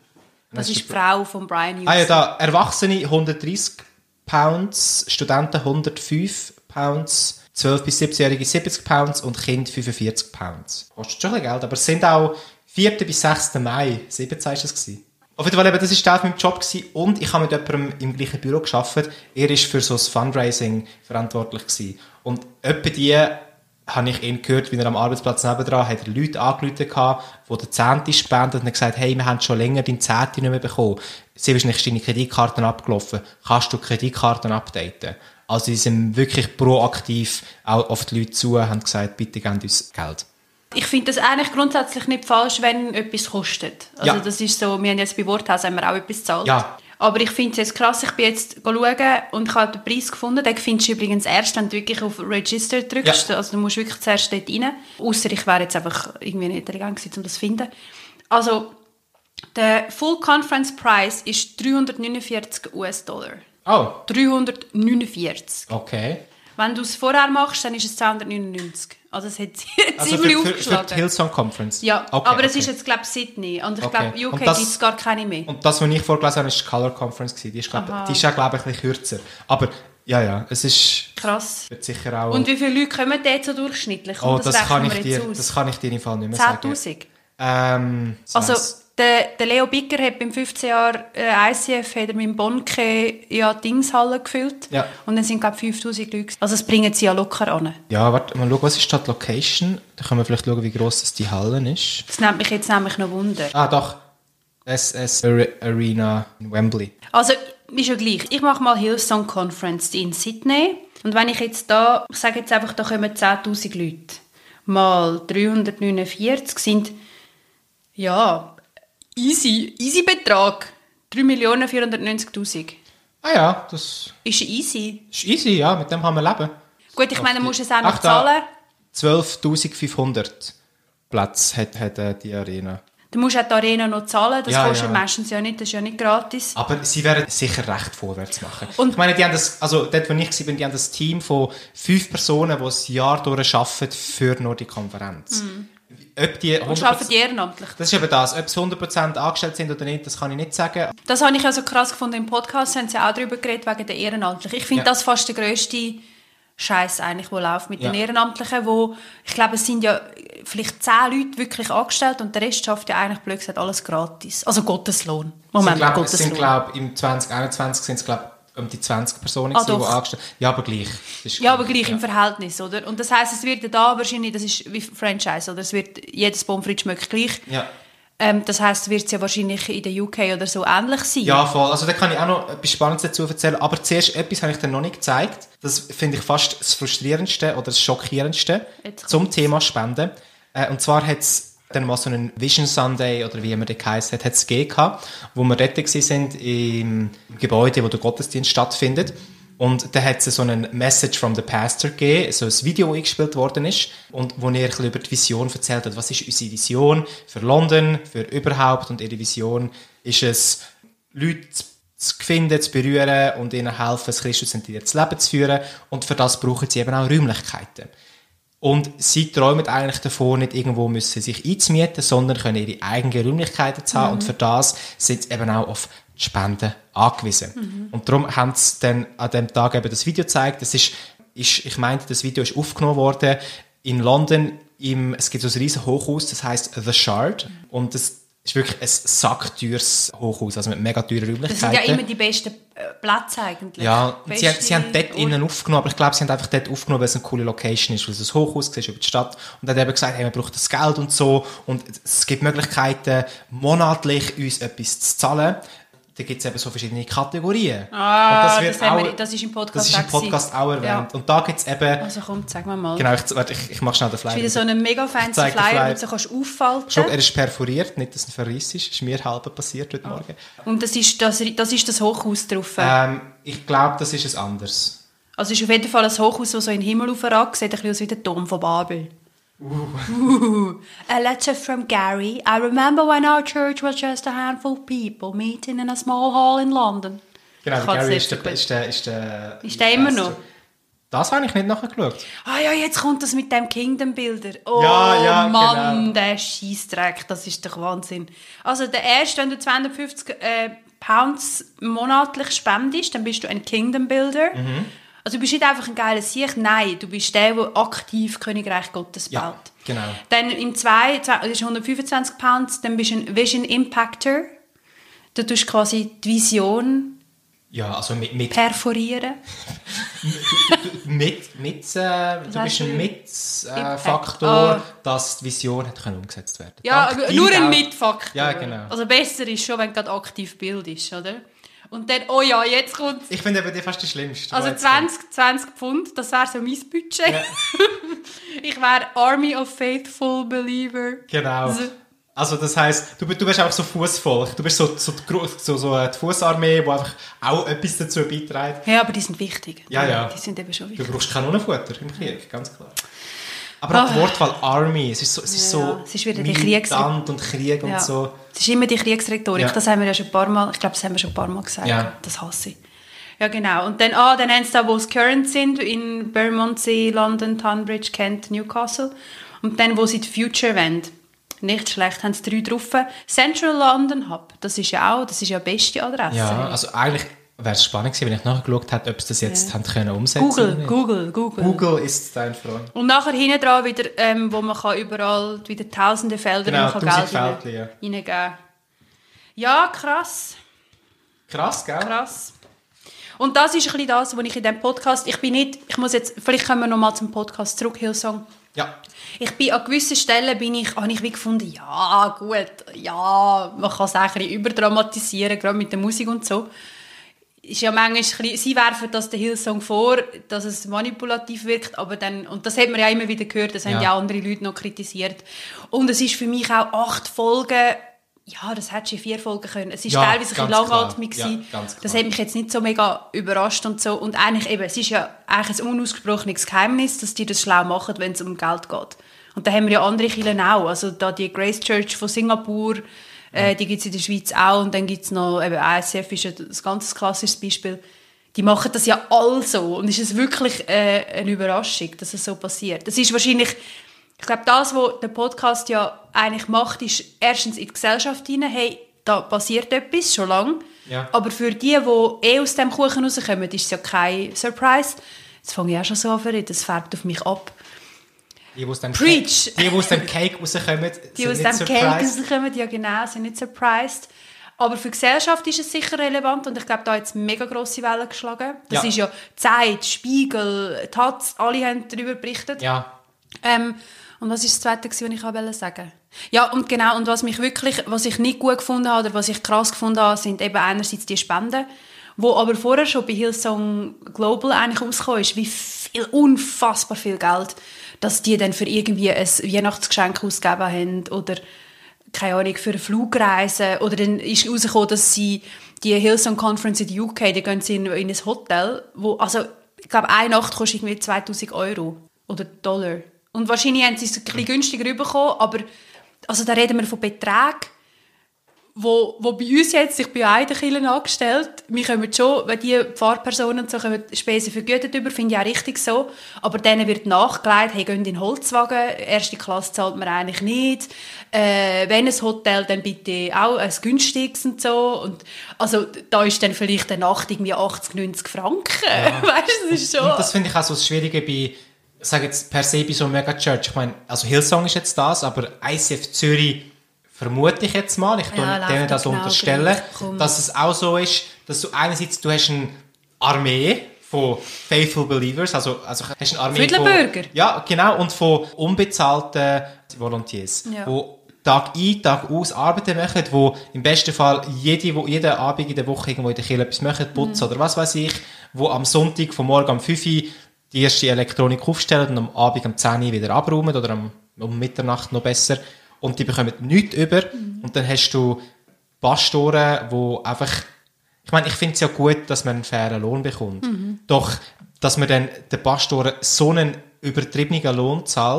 Das ist die Frau von Brian Houston. Ah ja, da. Erwachsene hundertdreissig Pounds, Studenten hundertfünf Pounds, zwölf- bis siebzehnjährige siebzig Pounds und Kind fünfundvierzig Pounds. Kostet schon ein bisschen Geld, aber es sind auch vierten bis sechsten Mai, siebzehn war das. Auf jeden Fall, eben, das war Teil von meinem Job gewesen. Und ich habe mit jemandem im gleichen Büro gearbeitet. Er war für so das Fundraising verantwortlich gewesen. Und etwa die habe ich ihn gehört, wie er am Arbeitsplatz nebendran hat er Leute angerufen, die den Zehnten spendet und gesagt, hey, wir haben schon länger deinen Zehnten nicht mehr bekommen. Sie ist nicht deine Kreditkarten abgelaufen. Kannst du die Kreditkarten updaten? Also sie sind wirklich proaktiv auch auf die Leute zu, haben gesagt, bitte gebt uns Geld. Ich finde das eigentlich grundsätzlich nicht falsch, wenn etwas kostet. Also Ja. das ist so, wir haben jetzt bei Worthaus haben wir auch etwas gezahlt. Ja. Aber ich finde es jetzt krass, ich bin jetzt schauen und ich habe den Preis gefunden. Den findest du übrigens erst, wenn du wirklich auf Register drückst. Ja. Also du musst wirklich zuerst dort rein. Ausser ich wäre jetzt einfach irgendwie nicht gegangen gewesen, um das zu finden. Also der Full Conference Price ist dreihundertneunundvierzig US-Dollar. Oh, dreihundertneunundvierzig. okay. Wenn du es vorher machst, dann ist es zweihundertneunundneunzig. Also es hat Also ziemlich für, für, für aufgeschlagen. die Hillsong Conference? Ja, okay, aber es okay. ist jetzt, glaube ich, Sydney. Und ich Okay. glaube, U K Und das- gibt es gar keine mehr. Und das, was ich vorgelesen habe, ist die Color Conference. Die ist, glaub, Aha. die ist auch, glaube ich, ein bisschen kürzer. Aber ja, ja, es ist Krass. wird sicher auch... Und wie viele Leute kommen dort so durchschnittlich? oh, Und das, rechnen kann wir ich jetzt dir, aus. das kann ich dir im Fall nicht mehr sagen. zehntausend? Ähm, das Also, weiss- der, der Leo Bicker hat beim fünfzehn Jahren äh, I C F hat er mit Bonke ja Dingshalle gefüllt. Ja. Und dann sind, glaube ich, fünftausend Leute. Also, das bringen sie ja locker an. ja, warte, mal schauen, was ist da die Location? Da können wir vielleicht schauen, wie gross das die Halle ist. Das nimmt mich jetzt nämlich noch Wunder. Ah, doch. S S Arena in Wembley. Also, ist ja gleich. Ich mache mal Hillsong Conference in Sydney. Und wenn ich jetzt da, ich sage jetzt einfach, da kommen zehntausend Leute. Mal dreihundertneunundvierzig sind, ja, easy, easy Betrag. drei Millionen vierhundertneunzigtausend. Ah ja, das Ist easy. ist easy, ja, mit dem kann man leben. Gut, ich meine, du musst es auch noch Ach, da. zahlen. zwölftausendfünfhundert Plätze hat, hat äh, die Arena. Du musst auch die Arena noch zahlen. Das Ja, kostet ja. meistens ja nicht, das ist ja nicht gratis. Aber sie werden sicher recht vorwärts machen. Und- ich meine, die haben das, also dort, wo ich war, die haben das Team von fünf Personen, die ein Jahr durch arbeiten für nur die Konferenz. Ob die Und hundert arbeiten ehrenamtlich. Das ist eben das. Ob sie hundert Prozent angestellt sind oder nicht, das kann ich nicht sagen. Das habe ich ja so krass gefunden. Im Podcast haben sie auch darüber geredet, wegen der Ehrenamtlichen. Ich finde Ja. das fast der grösste Scheiß eigentlich, der läuft mit Ja. den Ehrenamtlichen, wo, ich glaube, es sind ja vielleicht zehn Leute wirklich angestellt und der Rest schafft ja eigentlich, blöd gesagt, alles gratis. Also Gotteslohn. Moment, es sind, glaub, es Gotteslohn. sind, glaub, im zwanzig einundzwanzig sind es, glaub, um die zwanzig Personen, Ah, gewesen, die doch. angestellt Ja, aber gleich. Das ist Ja, aber gleich ja. im Verhältnis, oder? Und das heisst, es wird ja da wahrscheinlich, das ist wie Franchise, oder? Es wird, jedes Pommes frites schmeckt gleich. Ja. Ähm, das heisst, es wird ja wahrscheinlich in der U K oder so ähnlich sein. Ja, voll. Also da kann ich auch noch etwas Spannendes dazu erzählen. Aber zuerst etwas habe ich dir noch nicht gezeigt. Das finde ich fast das Frustrierendste oder das Schockierendste Jetzt zum kommt's. Thema Spenden. Äh, und zwar hat es dann mal so einen Vision Sunday, oder wie immer der geheißen hat, hat es gegeben, wo wir dort waren im Gebäude, wo der Gottesdienst stattfindet. Und da hat es so einen Message from the Pastor gegeben, so ein Video, das eingespielt worden ist, und wo er ein bisschen über die Vision erzählt hat. Was ist unsere Vision für London, für überhaupt? Und ihre Vision ist es, Leute zu finden, zu berühren und ihnen helfen, das christuszentriertes Leben zu führen. Und für das brauchen sie eben auch Räumlichkeiten. Und sie träumen eigentlich davon, nicht irgendwo müssen sich einzumieten, sondern können ihre eigenen Räumlichkeiten zu haben. Mhm. Und für das sind sie eben auch auf die Spenden angewiesen. Mhm. Und darum haben sie dann an dem Tag eben das Video gezeigt. Das ist, ist, ich meinte, das Video ist aufgenommen worden in London. Im, es gibt so ein riesen Hochhaus, das heisst The Shard. Und das ist wirklich ein sackteures Hochhaus, also mit mega teuren Das Räumlichkeiten. sind ja immer die besten äh, Plätze eigentlich. Ja, und sie, haben- Beste sie haben dort Orte. innen aufgenommen, aber ich glaube, sie haben einfach dort aufgenommen, weil es eine coole Location ist, weil es ein Hochhaus ist über die Stadt. Und dann hat eben gesagt, hey, man braucht das Geld und so. Und es gibt Möglichkeiten, monatlich uns etwas zu zahlen. Da gibt es eben so verschiedene Kategorien. Ah, und das, haben wir, das ist im Podcast das ist im auch gewesen. Podcast auch erwähnt. Ja. Und da gibt es eben, Also komm, sag mal mal. genau, ich, warte, ich, ich mache schnell den Flyer. Das ist wieder so ein mega fancy zeig den Flyer, Flyer. den du so kannst auffalten. Schau, er ist perforiert, nicht, dass er verriss ist. Ist mir halb passiert heute Morgen. Und das ist das, das, ist das Hochhaus drauf. Ähm, ich glaube, das ist es anders. Also es ist auf jeden Fall ein Hochhaus, das so in den Himmel aufragt, sieht ein bisschen aus wie der Turm von Babel. Uh. A letter from Gary. I remember when our church was just a handful of people meeting in a small hall in London. Genau, Gary ist der, ist der... Ist der, ist der immer noch? Das habe ich nicht nachgeschaut. Ah ja, jetzt kommt das mit dem Kingdom-Bilder. Oh ja, ja, Mann, genau. der Scheissdreck, das ist doch Wahnsinn. Also der erste, wenn du zweihundertfünfzig äh, Pounds monatlich spendest, dann bist du ein Kingdom-Builder. Mhm. Also du bist nicht einfach ein geiler Sieg, nein, du bist der, der aktiv Königreich Gottes baut. Ja, genau. Dann im zwei, das ist hundertfünfundzwanzig Pounds, dann bist du ein Vision Impactor. Du tust quasi die Vision ja, also mit, mit perforieren. mit, mit, äh, du bist ein Mit-Faktor, äh, oh. dass die Vision hat können umgesetzt werden kann. Ja, nur ein Mit-Faktor. Ja, genau. Also besser ist schon, wenn du gerade aktiv bildest, oder? Und dann, oh ja, jetzt kommt... Ich finde eben die fast die schlimmste. Also zwanzig, zwanzig Pfund, das wäre so mein Budget. Ja. Ich wäre Army of Faithful Believer. Genau. Also, also das heisst, du, du bist einfach so Fußvolk. Du bist so, so, so, so die Fußarmee, die einfach auch etwas dazu beiträgt. Ja, aber die sind wichtig. Ja, ja. Die sind eben schon wichtig. Du brauchst Kanonenfutter im Krieg, ganz klar. Aber auch oh. die Wortwahl Army, es ist so, es ist ja, so es ist wieder die Kriegsrhetorik und Krieg und ja. so. Es ist immer die Kriegsrhetorik, ja. das haben wir ja schon ein paar Mal, ich glaube, das haben wir schon ein paar Mal gesagt. Ja. Das hasse ich. Ja, genau. Und dann, ah, dann haben sie da, wo sie current sind, in Bermondsey, London, Tunbridge, Kent, Newcastle. Und dann, wo sie die Future wollen. Nicht schlecht, haben sie drei drauf. Central London Hub, das ist ja auch, das ist ja die beste Adresse. Ja, also eigentlich wäre es spannend gewesen, wenn ich nachgeschaut hätte, ob sie das jetzt ja. haben können umsetzen Google, Google, Google. Google ist dein Freund. Und nachher hinten dran wieder, ähm, wo man kann überall wieder tausende Felder genau, man kann Geld Feldli, ja. reingeben. Ja, krass. Krass, gell? Krass. Und das ist ein bisschen das, was ich in diesem Podcast, ich bin nicht, ich muss jetzt, vielleicht kommen wir nochmal zum Podcast zurück, Hillsong. Ja. Ich bin an gewissen Stellen, bin ich, habe ich wie gefunden, ja, gut, ja, man kann es auch ein bisschen überdramatisieren, gerade mit der Musik und so. Ist ja manchmal ein bisschen, sie werfen das den Hillsong vor, dass es manipulativ wirkt, aber dann, und das hat man ja immer wieder gehört, das haben ja, ja andere Leute noch kritisiert. Und es ist für mich auch acht Folgen, ja, das hätte schon vier Folgen können. Es ist ja, teilweise ein bisschen langatmig gewesen. Ja, das hat mich jetzt nicht so mega überrascht und so. Und eigentlich eben, es ist ja eigentlich ein unausgesprochenes Geheimnis, dass die das schlau machen, wenn es um Geld geht. Und da haben wir ja andere Kirchen auch. Also da die Grace Church von Singapur, äh, die gibt es in der Schweiz auch. Und dann gibt es noch, eben I S F ist ein ganz klassisches Beispiel. Die machen das ja all so. Und es ist wirklich äh, eine Überraschung, dass es so passiert. Das ist wahrscheinlich... Ich glaube, das, was der Podcast ja eigentlich macht, ist erstens in die Gesellschaft hinein, hey, da passiert etwas, schon lange. Ja. Aber für die, die eh aus dem Kuchen rauskommen, ist es ja kein Surprise. Jetzt fange ich auch schon so an zu reden, das färbt auf mich ab. Die, die aus dem Preach! Cake, die, die aus dem Cake rauskommen, die, sind die aus dem Cake rauskommen, ja genau, sind nicht surprised. Aber für die Gesellschaft ist es sicher relevant und ich glaube, da hat es mega grosse Wellen geschlagen. Das ja. ist ja Zeit, Spiegel, Taz, alle haben darüber berichtet. Ja. Ähm, und was war das Zweite, was ich sagen wollte? Ja, und genau, und was mich wirklich, was ich nicht gut gefunden habe, oder was ich krass gefunden habe, sind eben einerseits die Spenden, wo aber vorher schon bei Hillsong Global eigentlich rausgekommen ist, wie viel, unfassbar viel Geld, dass die dann für irgendwie ein Weihnachtsgeschenk ausgegeben haben, oder, keine Ahnung, für eine Flugreise, oder dann ist rausgekommen, dass sie die Hillsong Conference in der U K, da gehen sie in, in ein Hotel, wo, also, ich glaube, eine Nacht kostet irgendwie zweitausend Euro, oder Dollar. Und wahrscheinlich haben sie es ein bisschen günstiger bekommen, aber also da reden wir von Beträgen, wo, wo bei uns jetzt, ich bin ja in den Kirchen angestellt, wir kommen schon, wenn die Pfarrpersonen so kommen, Spesen vergütet über, finde ich auch richtig so, aber denen wird nachgelegt, hey, gehen in den Holzwagen, erste Klasse zahlt man eigentlich nicht, äh, wenn ein Hotel, dann bitte auch ein günstiges und so, und also da ist dann vielleicht eine Nacht irgendwie achtzig, neunzig Franken, ja. Weißt du, das ist schon... Und das finde ich auch so das Schwierige bei, ich sage jetzt per se bei so einer Mega-Church, ich meine, also Hillsong ist jetzt das, aber I C F Zürich vermute ich jetzt mal, ich tue ja, denen das genau unterstellen, dass es auch so ist, dass du einerseits, du hast eine Armee von Faithful Believers, also, also hast eine Armee von... Bürger. Ja, genau, und von unbezahlten Volunteers, ja. Wo Tag ein, Tag aus arbeiten machen, wo im besten Fall jede, jeden Abend in der Woche irgendwo in der Kirche etwas machen, putzen mhm. oder was weiß ich, wo am Sonntag vom Morgen um fünf Uhr die erste Elektronik aufstellen und am Abend um zehn Uhr wieder abräumen oder am, um Mitternacht noch besser. Und die bekommen nichts über. Mhm. Und dann hast du Pastoren, die einfach... Ich meine, ich finde es ja gut, dass man einen fairen Lohn bekommt. Mhm. Doch, dass man dann den Pastoren so einen übertriebenen Lohn zahlt,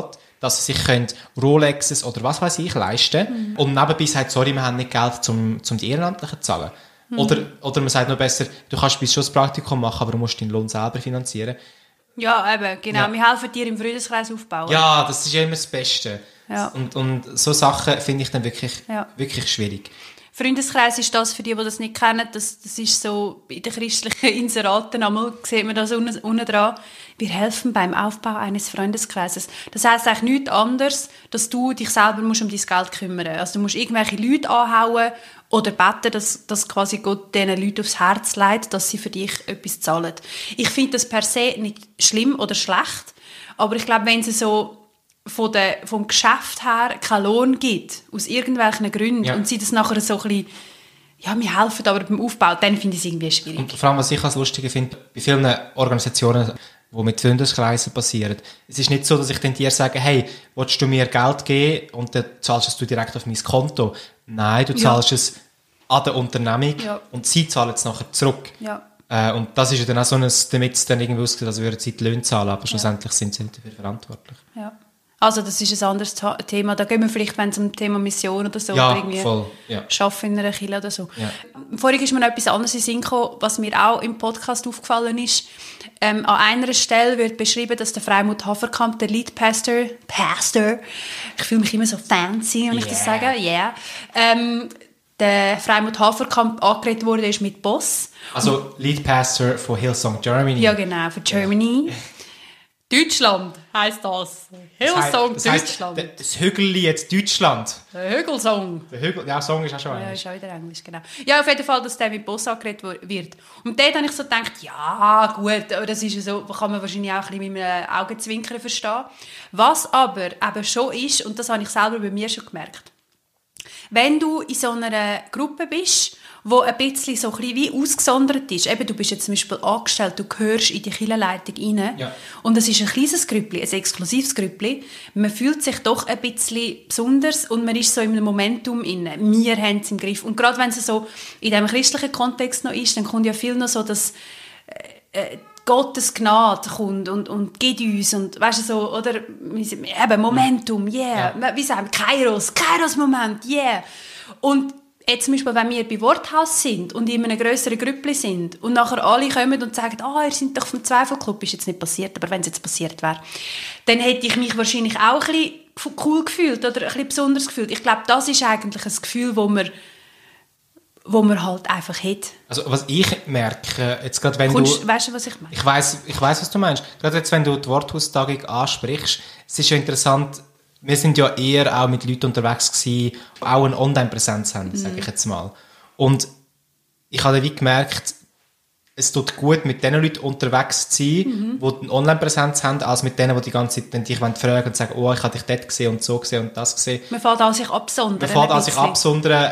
dass sie sich können Rolexes oder was weiß ich leisten mhm. und nebenbei sagt, sorry, wir haben nicht Geld, um, um die Ehrenamtlichen zu zahlen. Mhm. Oder, oder man sagt noch besser, du kannst bis schon das Praktikum machen, aber du musst deinen Lohn selber finanzieren. Ja, eben, genau. Ja. Wir helfen dir im Freundeskreis aufbauen. Ja, das ist immer das Beste. Ja. Und, und so Sachen finde ich dann wirklich, ja. wirklich schwierig. Freundeskreis ist das, für die, die das nicht kennen, das, das ist so, in den christlichen Inseraten einmal sieht man das unten, unten dran. Wir helfen beim Aufbau eines Freundeskreises. Das heisst eigentlich nichts anderes, dass du dich selber musst um dein Geld kümmern musst. Also du musst irgendwelche Leute anhauen oder beten, dass, dass quasi Gott diesen Leuten aufs Herz legt, dass sie für dich etwas zahlen. Ich finde das per se nicht schlimm oder schlecht, aber ich glaube, wenn sie so von der, vom Geschäft her keinen Lohn gibt, aus irgendwelchen Gründen, ja. und sie das nachher so ein bisschen, ja, wir helfen aber beim Aufbau, dann finde ich es irgendwie schwierig. Und vor allem, was ich als Lustige finde, bei vielen Organisationen, die mit Freundeskreisen passieren, es ist nicht so, dass ich dann dir sage, hey, willst du mir Geld geben und dann zahlst du direkt auf mein Konto? Nein, du zahlst ja. es an der Unternehmung ja. und sie zahlen es nachher zurück. Ja. Äh, und das ist ja dann auch so ein, damit es dann irgendwie aussieht, als würden sie die Löhne zahlen, aber schlussendlich ja. sind sie dafür verantwortlich. Ja. Also das ist ein anderes Thema. Da gehen wir vielleicht, wenn es um das Thema Mission oder so ja, oder irgendwie voll, ja. Arbeiten in einer Kirche oder so. Ja. Vorhin ist mir noch etwas anderes in den Sinn gekommen, was mir auch im Podcast aufgefallen ist. Ähm, an einer Stelle wird beschrieben, dass der Freimut Haferkamp, der Lead Pastor, Pastor, ich fühle mich immer so fancy, wenn yeah. ich das sage, yeah, ähm, der Freimut Haferkamp angeredet wurde ist mit Boss. Also Lead Pastor von Hillsong Germany. Ja genau, für Germany. Ja. Deutschland heisst das. Hillsong das heisst, Deutschland. Das, das Hügel jetzt Deutschland. Der Hügelsong. Der Hügel, ja, Song ist auch schon ja, Englisch. Ja, ist auch wieder Englisch, genau. Ja, auf jeden Fall, dass der mit Boss angeredet wird. Und dort habe ich so gedacht, ja, gut, das ist so, kann man wahrscheinlich auch ein bisschen mit einem Augenzwinkern verstehen. Was aber eben schon ist, und das habe ich selber bei mir schon gemerkt, wenn du in so einer Gruppe bist, wo ein bisschen so ein bisschen wie ausgesondert ist. Eben, du bist jetzt zum Beispiel angestellt, du gehörst in die Kirchenleitung rein. Ja. Und es ist ein kleines Grüppli, ein exklusives Grüppli. Man fühlt sich doch ein bisschen besonders und man ist so in einem Momentum inne. Wir haben es im Griff. Und gerade wenn es so in diesem christlichen Kontext noch ist, dann kommt ja viel noch so, dass äh, Gottes Gnade kommt und, und gibt uns und weißt du so, oder eben Momentum, yeah. Ja. Wie sagen wir? Kairos, Kairos-Moment, yeah. Und jetzt zum Beispiel, wenn wir bei Worthaus sind und in einer grösseren Gruppe sind und nachher alle kommen und sagen, ah, oh, ihr seid doch vom Zweifelclub, ist jetzt nicht passiert, aber wenn es jetzt passiert wäre, dann hätte ich mich wahrscheinlich auch ein bisschen cool gefühlt oder ein bisschen besonders gefühlt. Ich glaube, das ist eigentlich ein Gefühl, wo man, wo man halt einfach hat. Also was ich merke, jetzt gerade wenn Kommst, du... Weißt du, was ich meine? Ich weiss, ich weiss, was du meinst. Gerade jetzt, wenn du die Worthaustagung ansprichst, es ist ja interessant, wir sind ja eher auch mit Leuten unterwegs gewesen, die auch eine Online-Präsenz haben, mhm. sage ich jetzt mal. Und ich habe wie gemerkt, es tut gut, mit den Leuten unterwegs zu sein, mhm. die eine Online-Präsenz haben, als mit denen, die die ganze Zeit dich fragen und sagen, oh, ich habe dich dort gesehen und so gesehen und das gesehen. Man fährt an sich absondern. Man fährt an sich absondern,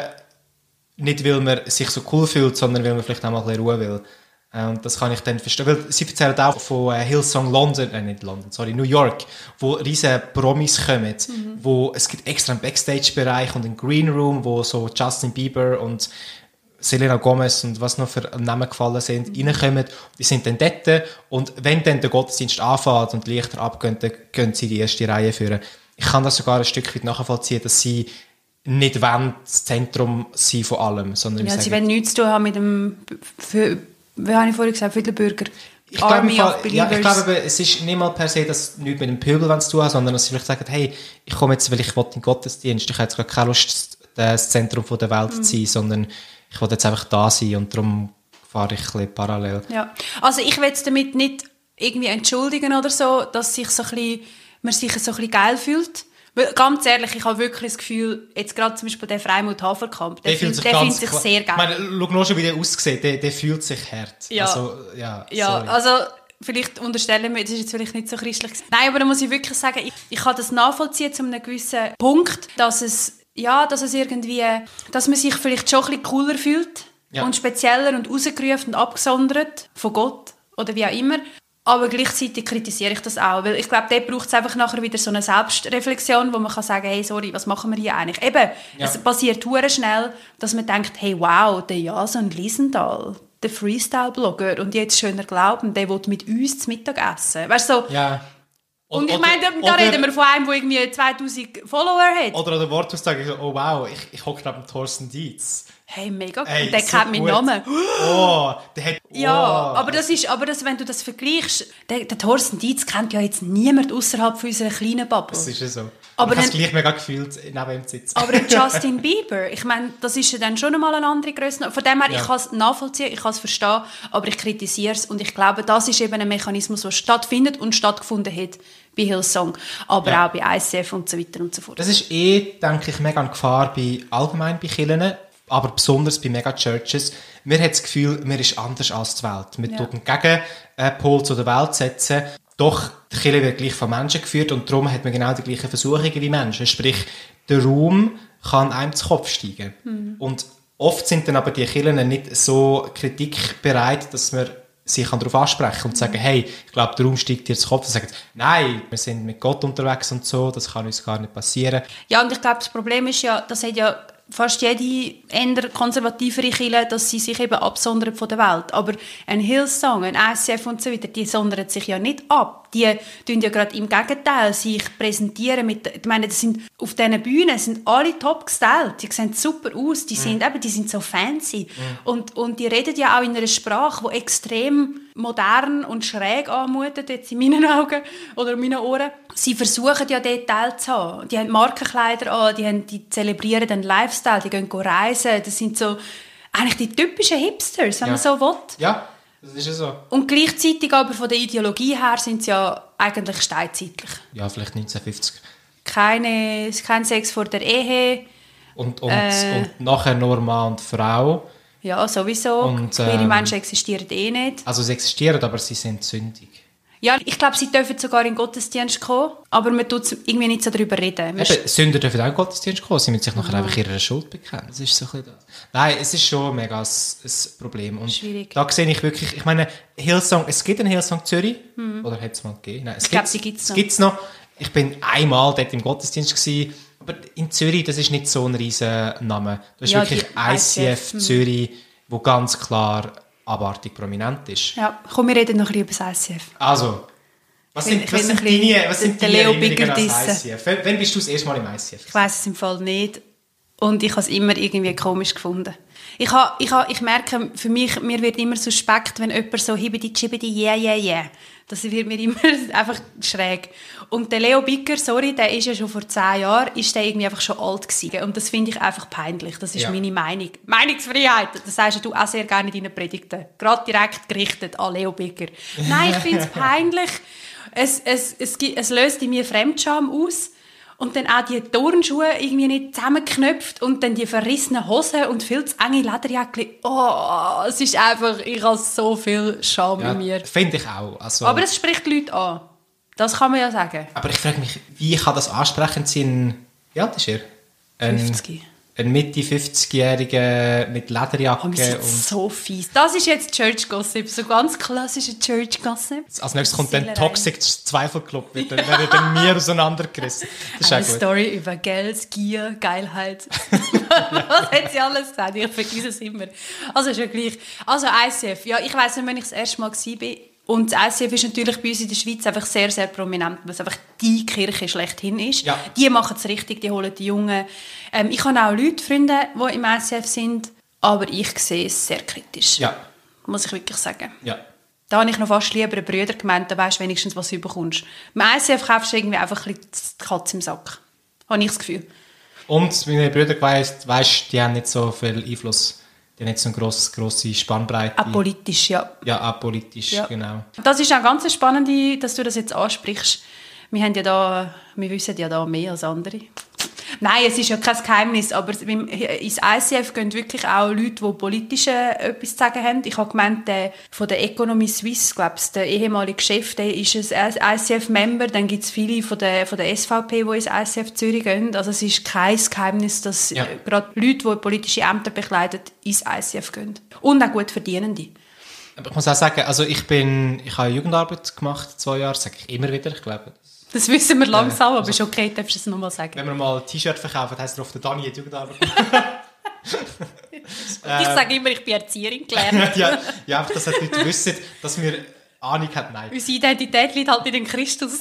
nicht weil man sich so cool fühlt, sondern weil man vielleicht auch mal ein bisschen Ruhe will. Und das kann ich dann verstehen. Weil sie erzählen auch von Hillsong London, äh, nicht London, sorry, New York, wo riesen Promis kommen, mhm. wo es gibt extra einen Backstage-Bereich und einen Green Room, wo so Justin Bieber und Selena Gomez und was noch für Namen gefallen sind, mhm. reinkommen. Die sind dann dort und wenn dann der Gottesdienst anfängt und die Lichter abgehen, dann gehen sie die erste Reihe führen. Ich kann das sogar ein Stück weit nachvollziehen, dass sie nicht wollen, das Zentrum sein von allem, sondern ja, sie wollen nichts zu tun haben mit dem... Für Wie habe ich vorhin gesagt, für den Bürger? Ich glaube, ja, ich glaube, es ist nicht mal per se, dass nichts mit dem Pöbel zu tun hat, sondern dass sie vielleicht sagen, hey, ich komme jetzt, weil ich will in den Gottesdienst, ich habe jetzt gerade keine Lust, das Zentrum der Welt mhm. zu sein, sondern ich will jetzt einfach da sein und darum fahre ich ein bisschen parallel. Ja. Also ich will es damit nicht irgendwie entschuldigen oder so, dass sich so ein bisschen, man sich so ein bisschen geil fühlt. Weil, ganz ehrlich, ich habe wirklich das Gefühl, jetzt gerade zum Beispiel der Freimut Haferkamp, der, der fühlt sich, der fühlt sich sehr geil. Ich meine, schau nur schon, wie der aussieht, der, der fühlt sich hart. Ja, also, ja, ja also vielleicht unterstellen wir, das ist jetzt vielleicht nicht so christlich. Nein, aber da muss ich wirklich sagen, ich, ich kann das nachvollziehen zu einem gewissen Punkt, dass es, ja, dass es irgendwie, dass man sich vielleicht schon ein bisschen cooler fühlt ja. und spezieller und rausgerufen und abgesondert von Gott oder wie auch immer. Aber gleichzeitig kritisiere ich das auch, weil ich glaube, dort braucht es einfach nachher wieder so eine Selbstreflexion, wo man kann sagen, hey, sorry, was machen wir hier eigentlich? Eben, ja. es passiert hure schnell, dass man denkt, hey, wow, der Jason Liesenthal, der Freestyle-Blogger und jetzt schöner Glauben, der will mit uns zu Mittag essen. Weißt du, so, ja. Und ich meine, da, da reden wir von einem, der irgendwie zweitausend Follower hat. Oder an der Wortaussage, ich so, oh wow, ich, ich hocke neben Thorsten Dietz. Hey, mega Ey, cool. Der so kennt meinen Namen. Oh, der hat... Oh. Ja, aber das ist, aber das, wenn du das vergleichst, der, der Thorsten Dietz kennt ja jetzt niemand außerhalb von unserer kleinen Bubble. Das ist ja so. Aber ich habe es dann- gleich mega gefühlt, neben ihm zu sitzen. Aber ein Justin Bieber, ich meine, das ist ja dann schon einmal eine andere Größe. Von dem her, Ja. ich kann es nachvollziehen, ich kann es verstehen, aber ich kritisiere es und ich glaube, das ist eben ein Mechanismus, der stattfindet und stattgefunden hat bei Hillsong, aber Ja. auch bei I C F und so weiter und so fort. Das ist eh, denke ich, mega eine Gefahr bei, allgemein bei Kirchen, aber besonders bei Megachurches. Wir haben das Gefühl, man ist anders als die Welt. Man Ja. tut einen Gegenpol zu der Welt setzen. Doch, die Kirche wird gleich von Menschen geführt und darum hat man genau die gleichen Versuchungen wie Menschen. Sprich, der Raum kann einem zu Kopf steigen. Mhm. Und oft sind dann aber die Kirchen nicht so kritikbereit, dass man sie kann darauf ansprechen und sagen, hey, ich glaube, der Raum steigt dir zu Kopf. Und sagen, nein, wir sind mit Gott unterwegs und so, das kann uns gar nicht passieren. Ja, und ich glaube, das Problem ist ja, das hat ja fast jede eher konservativere Kirche, dass sie sich eben absondern von der Welt. Aber ein Hillsong, ein I C F und so weiter, die sondern sich ja nicht ab. Die tun ja gerade im Gegenteil sich präsentieren mit, ich meine, das sind, auf diesen Bühnen sind alle top gestylt, die sehen super aus, die, sind, eben, die sind so fancy. Und, und die reden ja auch in einer Sprache, die extrem modern und schräg anmutet, jetzt in meinen Augen oder in meinen Ohren. Sie versuchen ja dort teilzuhaben. Die haben Markenkleider an, die, haben, die zelebrieren den Lifestyle, die gehen reisen. Das sind so eigentlich die typischen Hipsters, wenn Ja. man so will. Ja, das ist ja so. Und gleichzeitig aber von der Ideologie her sind sie ja eigentlich steinzeitlich. Ja, vielleicht neunzehnhundertfünfzig. Keine, kein Sex vor der Ehe. Und, und, Äh. und nachher nur Mann und Frau. Ja, sowieso. Und, Queere ähm, Menschen existieren eh nicht. Also sie existieren, aber sie sind sündig. Ja, ich glaube, sie dürfen sogar in den Gottesdienst kommen, aber man tut irgendwie nicht so darüber reden. Man Eben, Sünder dürfen auch in den Gottesdienst kommen, sie müssen sich nachher einfach ihrer Schuld bekennen. Das ist so ein bisschen das. Nein, es ist schon mega ein, ein Problem. Und Schwierig. da sehe ich wirklich, ich meine, Hillsong, es gibt einen Hillsong Zürich, oder hat es mal gegeben? Nein, es Ich glaube, gibt's- sie gibt's es noch. gibt's noch. Ich bin einmal dort im Gottesdienst gewesen, aber in Zürich, das ist nicht so ein riesen Name. Das ist Ja, wirklich die I I C C F F, Zürich, wo ganz klar abartig prominent ist. Ja, komm, wir reden noch ein bisschen über das I C F. Also, was Ich will- sind, ich was will sind ein bisschen deine, was sind den deine Leo Erinnerungen Bigger an das I dissen. C F? Wann, wann bist du das erste Mal im I C F? Ich weiss es im Fall nicht. Und ich habe es immer irgendwie komisch gefunden. Ich, ha, ich, ha, ich merke, für mich, mir wird immer suspekt, wenn jemand so «hibidi chibidi yeah, yeah, yeah». Das wird mir immer einfach schräg. Und der Leo Bigger, sorry, der ist ja schon vor zehn Jahren, ist der irgendwie einfach schon alt gewesen. Und das finde ich einfach peinlich. Das ist Ja. meine Meinung. Meinungsfreiheit, das sagst du auch sehr gerne in deinen Predigten. Gerade direkt gerichtet an Leo Bigger. Nein, ich finde es peinlich. Es, es, es, gibt- es löst in mir Fremdscham aus. Und dann auch die Turnschuhe irgendwie nicht zusammengeknöpft und dann die verrissenen Hosen und viel zu enge Lederjäckchen. Oh, es ist einfach, ich habe so viel Scham Ja, in mir. finde ich auch. Also, Aber es spricht die Leute an. Das kann man ja sagen. aber ich frage mich, wie kann das ansprechend sein? Wie alt ist er? Ein, fünfzig. ein Mitte fünfzigjähriger mit Lederjacke. Oh, wir sind und so fies. Das ist jetzt Church Gossip, so ganz klassischer Church Gossip. als nächstes kommt dann Seelerei. Toxic Zweifelclub. Wird dann, werden dann mir auseinandergerissen. Das ist Eine auch gut. Story über Geld, Gier, Geilheit. Was hat sie alles gesagt? Ich vergesse es immer. Also ist ja gleich. Also I C F, ja, ich weiss nicht, wenn ich das erste Mal war. Und das I C F ist natürlich bei uns in der Schweiz einfach sehr, sehr prominent, weil es einfach die Kirche schlechthin ist. Ja. Die machen es richtig, die holen die Jungen. Ähm, ich habe auch Leute, Freunde, die im I C F sind, aber ich sehe es sehr kritisch. Ja, Muss ich wirklich sagen. ja. Da habe ich noch fast lieber einen Brüder gemeint, da weisst du wenigstens, was du bekommst. Im I C F kaufst du irgendwie einfach ein bisschen die Katze im Sack. Habe ich das Gefühl. Und meine Brüder weißt, weißt, die haben nicht so viel Einfluss. Die haben nicht so eine grosse, grosse Spannbreite. Auch politisch, ja. Ja, auch politisch, Ja. genau. Das ist auch ganz spannend, dass du das jetzt ansprichst. Wir, haben ja da, wir wissen ja da mehr als andere. Nein, es ist ja kein Geheimnis, aber beim- ins I C F gehen wirklich auch Leute, die politisch äh, etwas zu sagen haben. Ich habe gemeint, der, von der Economy Suisse, glaube ich, der ehemalige Chef, der ist ein I C F-Member. Dann gibt es viele von der, von der S V P, die ins I C F Zürich gehen. Also es ist kein Geheimnis, dass Ja. äh, gerade Leute, die politische Ämter bekleiden, ins I C F gehen. Und auch gut Verdienende. Aber ich muss auch sagen, also ich bin, ich habe Jugendarbeit gemacht, zwei Jahre, sage ich immer wieder, ich glaube. Das wissen wir langsam, aber also- ist okay, darfst du es nochmal sagen. Wenn wir mal ein T-Shirt verkaufen, heisst drauf, der Dani hat Jugendarbeit gemacht. Ich sage immer, ich bin Erzieherin gelernt. ja, ja, einfach, dass die Leute wissen, dass wir Ahnung hat, nein. Unsere Identität liegt halt in den Christus.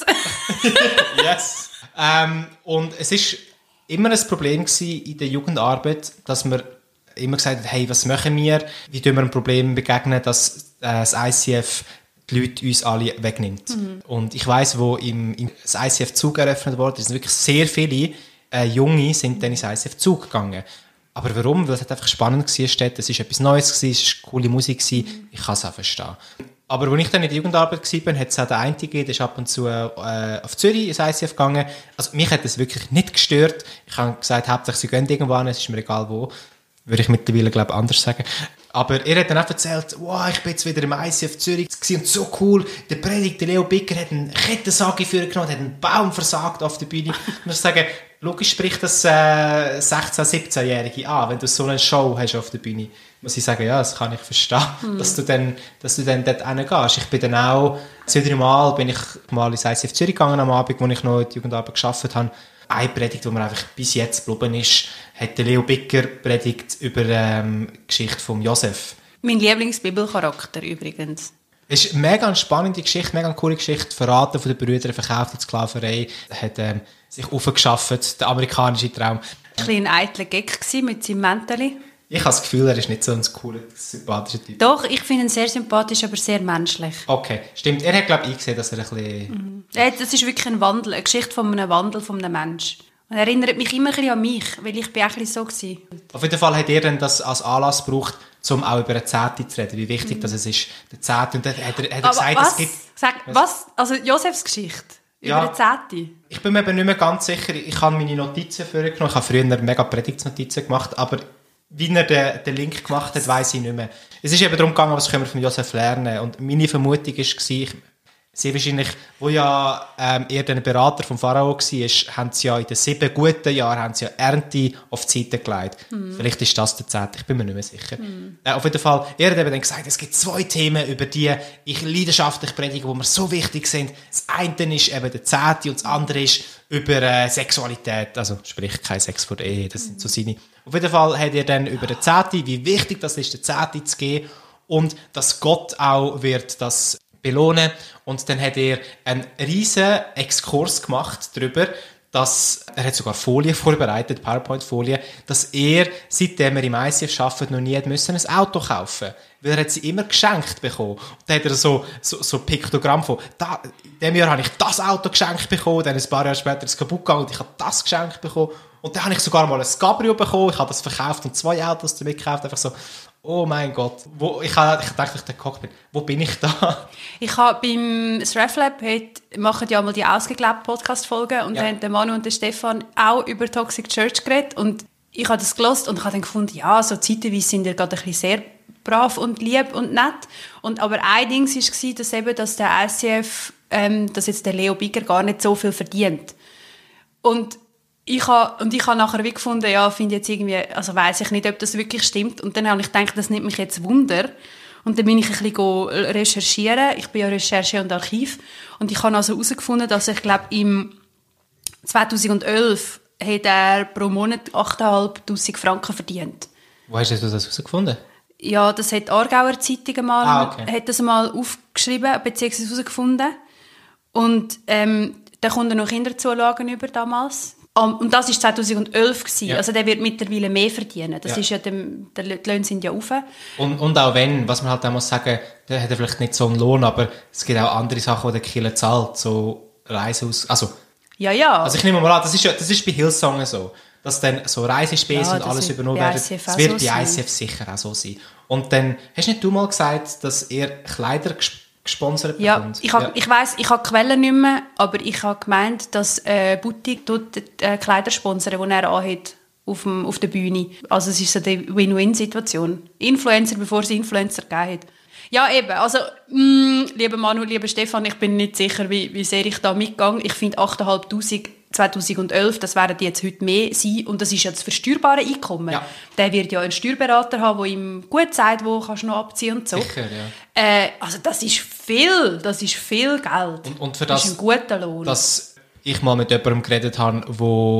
Yes. Ähm, und es war immer ein Problem gewesen in der Jugendarbeit, dass wir immer gesagt haben, hey, was machen wir? Wie tun wir einem Problem begegnen, dass äh, das I C F die Leute uns alle wegnimmt. Mhm. Und ich weiss, wo im, im das I C F-Zug eröffnet wurde, sind wirklich sehr viele äh, Junge sind dann ins I C F-Zug gegangen. Aber warum? Weil es einfach spannend war, es war etwas Neues, es war coole Musik, mhm. ich kann es auch verstehen. Aber als ich dann in der Jugendarbeit war, hat es auch den einen gegeben, der ist ab und zu äh, auf Zürich ins I C F gegangen. Also mich hat das wirklich nicht gestört. Ich habe gesagt, hauptsächlich sie gehen irgendwann, es ist mir egal wo. Würde ich mittlerweile, glaube ich, anders sagen. Aber er hat dann auch erzählt, wow, ich bin jetzt wieder im I C F Zürich und so cool. Der Predigt, der Leo Bicker, hat einen Kettensage vorgenommen, hat einen Baum versagt auf der Bühne. Ich muss sagen, logisch spricht das äh, sechzehn-, siebzehnjährige an, wenn du so eine Show hast auf der Bühne. Muss ich sagen, ja, das kann ich verstehen, mhm. dass du dann, dass du dann dort hingehst. Ich bin dann auch, zwei, drei Mal bin ich mal ins I C F Zürich gegangen am Abend, wo ich noch in der Jugendarbeit gearbeitet habe. Eine Predigt, die mir einfach bis jetzt geblieben ist, hat der Leo Bicker predigt über ähm, die Geschichte von Josef. Mein Lieblingsbibelcharakter übrigens. Es ist eine mega spannende Geschichte, mega coole Geschichte. Verraten von den Brüdern, verkauft in die Sklaverei, hat ähm, sich aufgeschafft, der amerikanische Traum. Ein bisschen ein eitler Gag mit seinem Mäntelchen. Ich habe das Gefühl, er ist nicht so ein cooler, sympathischer Typ. Doch, ich finde ihn sehr sympathisch, aber sehr menschlich. Okay, stimmt. Er hat, glaube ich, eingesehen, dass er ein bisschen... Mhm. Das ist wirklich ein Wandel, eine Geschichte von einem Wandel von einem Menschen. Und er erinnert mich immer ein bisschen an mich, weil ich bin auch ein bisschen so gewesen. Auf jeden Fall hat er dann das als Anlass gebraucht, um auch über den Zehnten zu reden, wie wichtig mhm. das ist, der Zehnte. Und dann hat er, hat er gesagt, was? es gibt... Sag, was? Also Josefs Geschichte? Ja, über den Zehnten? Ich bin mir eben nicht mehr ganz sicher. Ich habe meine Notizen vorgenommen. Ich habe früher mega Predigtsnotizen gemacht, aber... Wie er den, den Link gemacht hat, weiss ich nicht mehr. Es ist eben darum gegangen, was können wir von Josef lernen. Und meine Vermutung war, ich, sehr wahrscheinlich, wo ja ähm, er der Berater vom Pharao war, haben sie ja in den sieben guten Jahren haben sie ja Ernte auf die Seite gelegt. Hm. Vielleicht ist das der Zehnte, ich bin mir nicht mehr sicher. Hm. Äh, auf jeden Fall, er hat eben dann gesagt, es gibt zwei Themen, über die ich leidenschaftlich predige, die mir so wichtig sind. Das eine ist eben der Zehnte und das andere ist über äh, Sexualität. Also sprich, kein Sex vor der Ehe, das sind so seine... Auf jeden Fall hat er dann über den Zehnten, wie wichtig das ist, den Zehnten zu geben und dass Gott auch wird das belohnen. Und dann hat er einen riesen Exkurs gemacht darüber, dass, er hat sogar Folien vorbereitet, PowerPoint-Folien, dass er, seitdem er im I C F arbeitet, noch nie müssen ein Auto kaufen musste. Weil er hat sie immer geschenkt bekommen. Und dann hat er so, so, so ein Piktogramm von, da, in diesem Jahr habe ich das Auto geschenkt bekommen, dann ein paar Jahre später ist es kaputt gegangen und ich habe das geschenkt bekommen. Und dann habe ich sogar mal ein Cabrio bekommen, ich habe das verkauft und zwei Autos damit gekauft, einfach so, oh mein Gott, wo, ich, habe, ich dachte, ich da bin, wo bin ich da? Ich habe beim RefLab, machen ja mal die ausgeglaubt Podcast-Folgen und ja. da haben der Manu und der Stefan auch über Toxic Church geredet und ich habe das gehört und habe dann gefunden, ja, so zeitweise sind wir gerade ein bisschen sehr brav und lieb und nett. Und, aber ein Ding war, dass, eben, dass der I C F, ähm, dass jetzt der Leo Bicker gar nicht so viel verdient. Und ich habe, und ich habe nachher wie gefunden, ja, finde jetzt irgendwie, also weiss ich nicht, ob das wirklich stimmt. Und dann habe ich gedacht, das nimmt mich jetzt Wunder. Und dann bin ich ein bisschen recherchieren. Ich bin ja Recherche und Archiv. Und ich habe also herausgefunden, dass ich glaube, im zweitausendelf hat er pro Monat achttausendfünfhundert Franken verdient. Wo hast du das herausgefunden? Ja, das hat die Aargauer Zeitung mal, ah, okay. hat das mal aufgeschrieben, beziehungsweise herausgefunden. Und ähm, dann kommt er noch Kinderzulagen über damals. Um, und das war zweitausendelf. Ja. Also der wird mittlerweile mehr verdienen. Das ja. ist ja dem, der, die Löhne sind ja rauf. Und, und auch wenn, was man halt auch muss sagen, der hat er vielleicht nicht so einen Lohn, aber es gibt auch andere Sachen, die der Killer zahlt, so Reiseaus... Also, ja, ja. Also ich nehme mal an, das ist, ja, das ist bei Hillsong so, dass dann so Reisespesen ja, und alles übernommen werden. Das wird so bei I C F sicher auch so sein. Und dann, hast nicht du mal gesagt, dass er Kleider gesponsert ja, bekommt? Ich hab, ja, ich weiss, ich habe die Quellen nicht mehr, aber ich habe gemeint, dass äh, Boutique dort äh, Kleider sponsern, die er anhat auf, dem, auf der Bühne. Also es ist so die Win-Win-Situation. Influencer, bevor es Influencer gegeben hat. Ja, eben. Also, mh, lieber Manu, lieber Stefan, ich bin nicht sicher, wie, wie sehr ich da mitgehe. Ich finde achttausendfünfhundert zweitausendelf, das werden jetzt heute mehr sein. Und das ist ja das versteuerbare Einkommen. Ja. Der wird ja einen Steuerberater haben, der ihm gut sagt, wo kannst du noch abziehen und so. Sicher, ja. Äh, also das ist viel, das ist viel Geld. Und, und für das, das ist ein guter Lohn. Dass ich mal mit jemandem geredet habe, der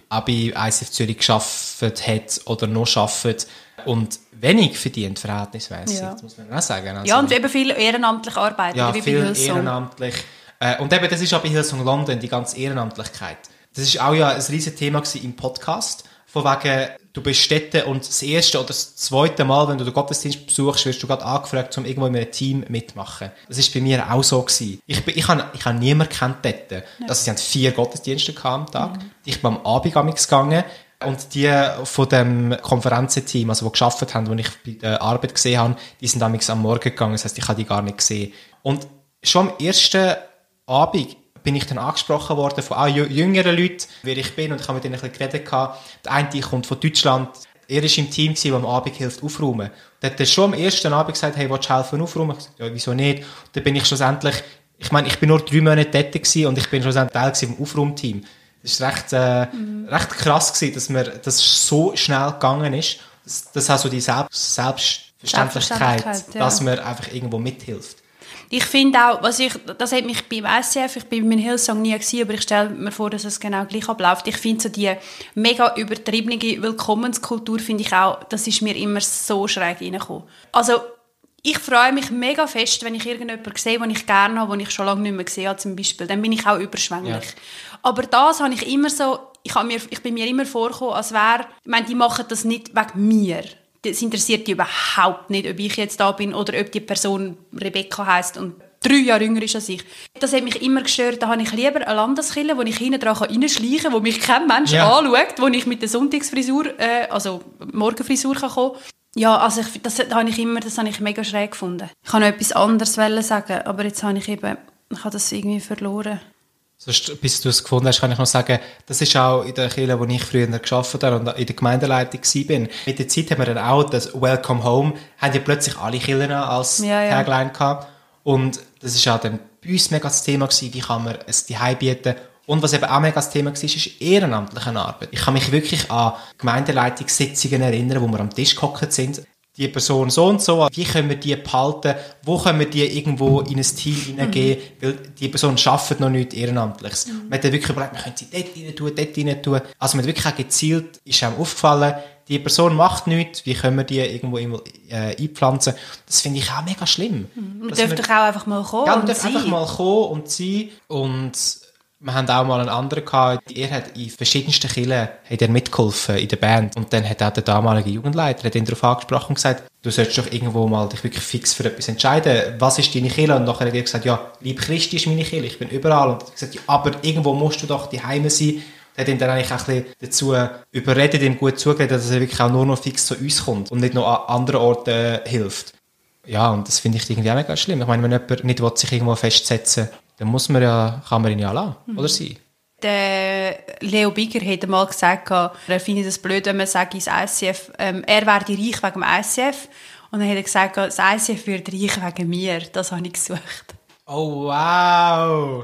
auch bei I C F Zürich gearbeitet hat oder noch arbeitet und wenig verdient, verhältnismäßig, ja. das muss man auch sagen. Also, ja, und eben viel ehrenamtlich arbeiten, ja, wie viel bei Hillsong. ehrenamtlich. Äh, und eben, das ist auch bei Hillsong London, die ganze Ehrenamtlichkeit. Das war auch ja ein riesen Thema im Podcast, von wegen, du bist Städte und das erste oder das zweite Mal, wenn du den Gottesdienst besuchst, wirst du gerade angefragt, um irgendwo in einem Team mitmachen. Das war bei mir auch so gewesen. Ich, ich habe ich hab niemanden gekannt dort. Ja. Also, sie haben vier Gottesdienste am Tag. Mhm. Ich bin am Abend gegangen. Und die von dem Konferenzenteam, also die gearbeitet haben, die ich bei der Arbeit gesehen habe, die sind damals am Morgen gegangen. Das heisst, ich habe die gar nicht gesehen. Und schon am ersten Abend bin ich dann angesprochen worden von auch jüngeren Leuten, wie ich bin, und ich habe mit ihnen ein bisschen geredet. Der eine kommt von Deutschland. Er war im Team, der am Abend hilft aufräumen. Der hat dann schon am ersten Abend gesagt, hey, willst du helfen aufräumen? Ich sagte, ja, wieso nicht? Und dann bin ich schlussendlich, ich meine, ich bin nur drei Monate dort gewesen und ich bin schlussendlich Teil vom Aufräumteam. Das war recht, äh, mhm. recht krass gewesen, dass mir das so schnell gegangen ist. Das, das hat so die Selbst- Selbstverständlichkeit, Selbstverständlichkeit ja. dass man einfach irgendwo mithilft. Ich finde auch, was ich, das hat mich beim I C F, ich bin beim Hillsong nie gewesen, aber ich stelle mir vor, dass es genau gleich abläuft. Ich finde so die mega übertriebene Willkommenskultur, finde ich auch, das ist mir immer so schräg reingekommen. Also, ich freue mich mega fest, wenn ich irgendjemanden sehe, den ich gerne habe, den ich schon lange nicht mehr gesehen habe, zum Beispiel. Dann bin ich auch überschwänglich. Ja. Aber das habe ich immer so, ich, habe mir, ich bin mir immer vorgekommen, als wäre, ich meine, die machen das nicht wegen mir. Das interessiert die überhaupt nicht, ob ich jetzt da bin oder ob die Person Rebecca heisst und drei Jahre jünger ist als ich. Das hat mich immer gestört. Da habe ich lieber eine Landeskirche, wo ich hinten dran reinschleichen kann, wo mich kein Mensch ja. anschaut, wo ich mit der Sonntagsfrisur, äh, also Morgenfrisur kann kommen. Ja, also ich, das, das habe ich immer, das habe ich mega schräg gefunden. Ich wollte noch etwas anderes sagen, aber jetzt habe ich eben, ich habe das irgendwie verloren. Sonst, bis du es gefunden hast, kann ich noch sagen, das ist auch in der Kirche, wo ich früher gearbeitet habe und in der Gemeindeleitung war. Mit der Zeit haben wir dann auch das Welcome Home, haben ja plötzlich alle Kirchen als ja, ja. Tagline gehabt. Und das war auch dann bei uns mega das Thema gewesen, wie kann man es daheim bieten. Und was eben auch mega das Thema war, ist ehrenamtliche Arbeit. Ich kann mich wirklich an Gemeindeleitungssitzungen erinnern, wo wir am Tisch gehockt sind. Die Person so und so, wie können wir die behalten, wo können wir die irgendwo in ein Team hineingeben, mhm. weil die Person arbeitet noch nichts Ehrenamtliches. Mhm. Man hat dann wirklich überlegt, wir können sie dort rein tun, dort rein tun. Also man hat wirklich auch gezielt, ist einem aufgefallen, die Person macht nichts, wie können wir die irgendwo äh, einpflanzen. Das finde ich auch mega schlimm. Mhm. Man dürfte doch auch einfach mal kommen ja, und man darf einfach mal kommen und sein. Und wir hatten auch mal einen anderen gehabt, er hat in verschiedensten Kirchen hat er mitgeholfen in der Band. Und dann hat auch der damalige Jugendleiter hat ihn darauf angesprochen und gesagt, du solltest doch irgendwo mal dich wirklich fix für etwas entscheiden. Was ist deine Kirche? Und nachher hat er gesagt, ja, lieb Christi ist meine Kirche, ich bin überall. Und er hat gesagt, ja, aber irgendwo musst du doch daheim sein. Er hat ihn dann eigentlich auch ein bisschen dazu überredet, ihm gut zugeredet, dass er wirklich auch nur noch fix zu uns kommt und nicht noch an anderen Orten äh, hilft. Ja, und das finde ich irgendwie auch mega schlimm. Ich meine, wenn jemand nicht will, sich irgendwo festsetzen will, dann muss man ja, kann man ihn ja lassen, mhm. oder sie? Der Leo Bigger hat einmal gesagt, er findet es blöd, wenn man sagt, ins I C F, ähm, er werde reich wegen dem I C F. Und dann hat er gesagt, das I C F wird reich wegen mir. Das habe ich gesucht. Oh, wow!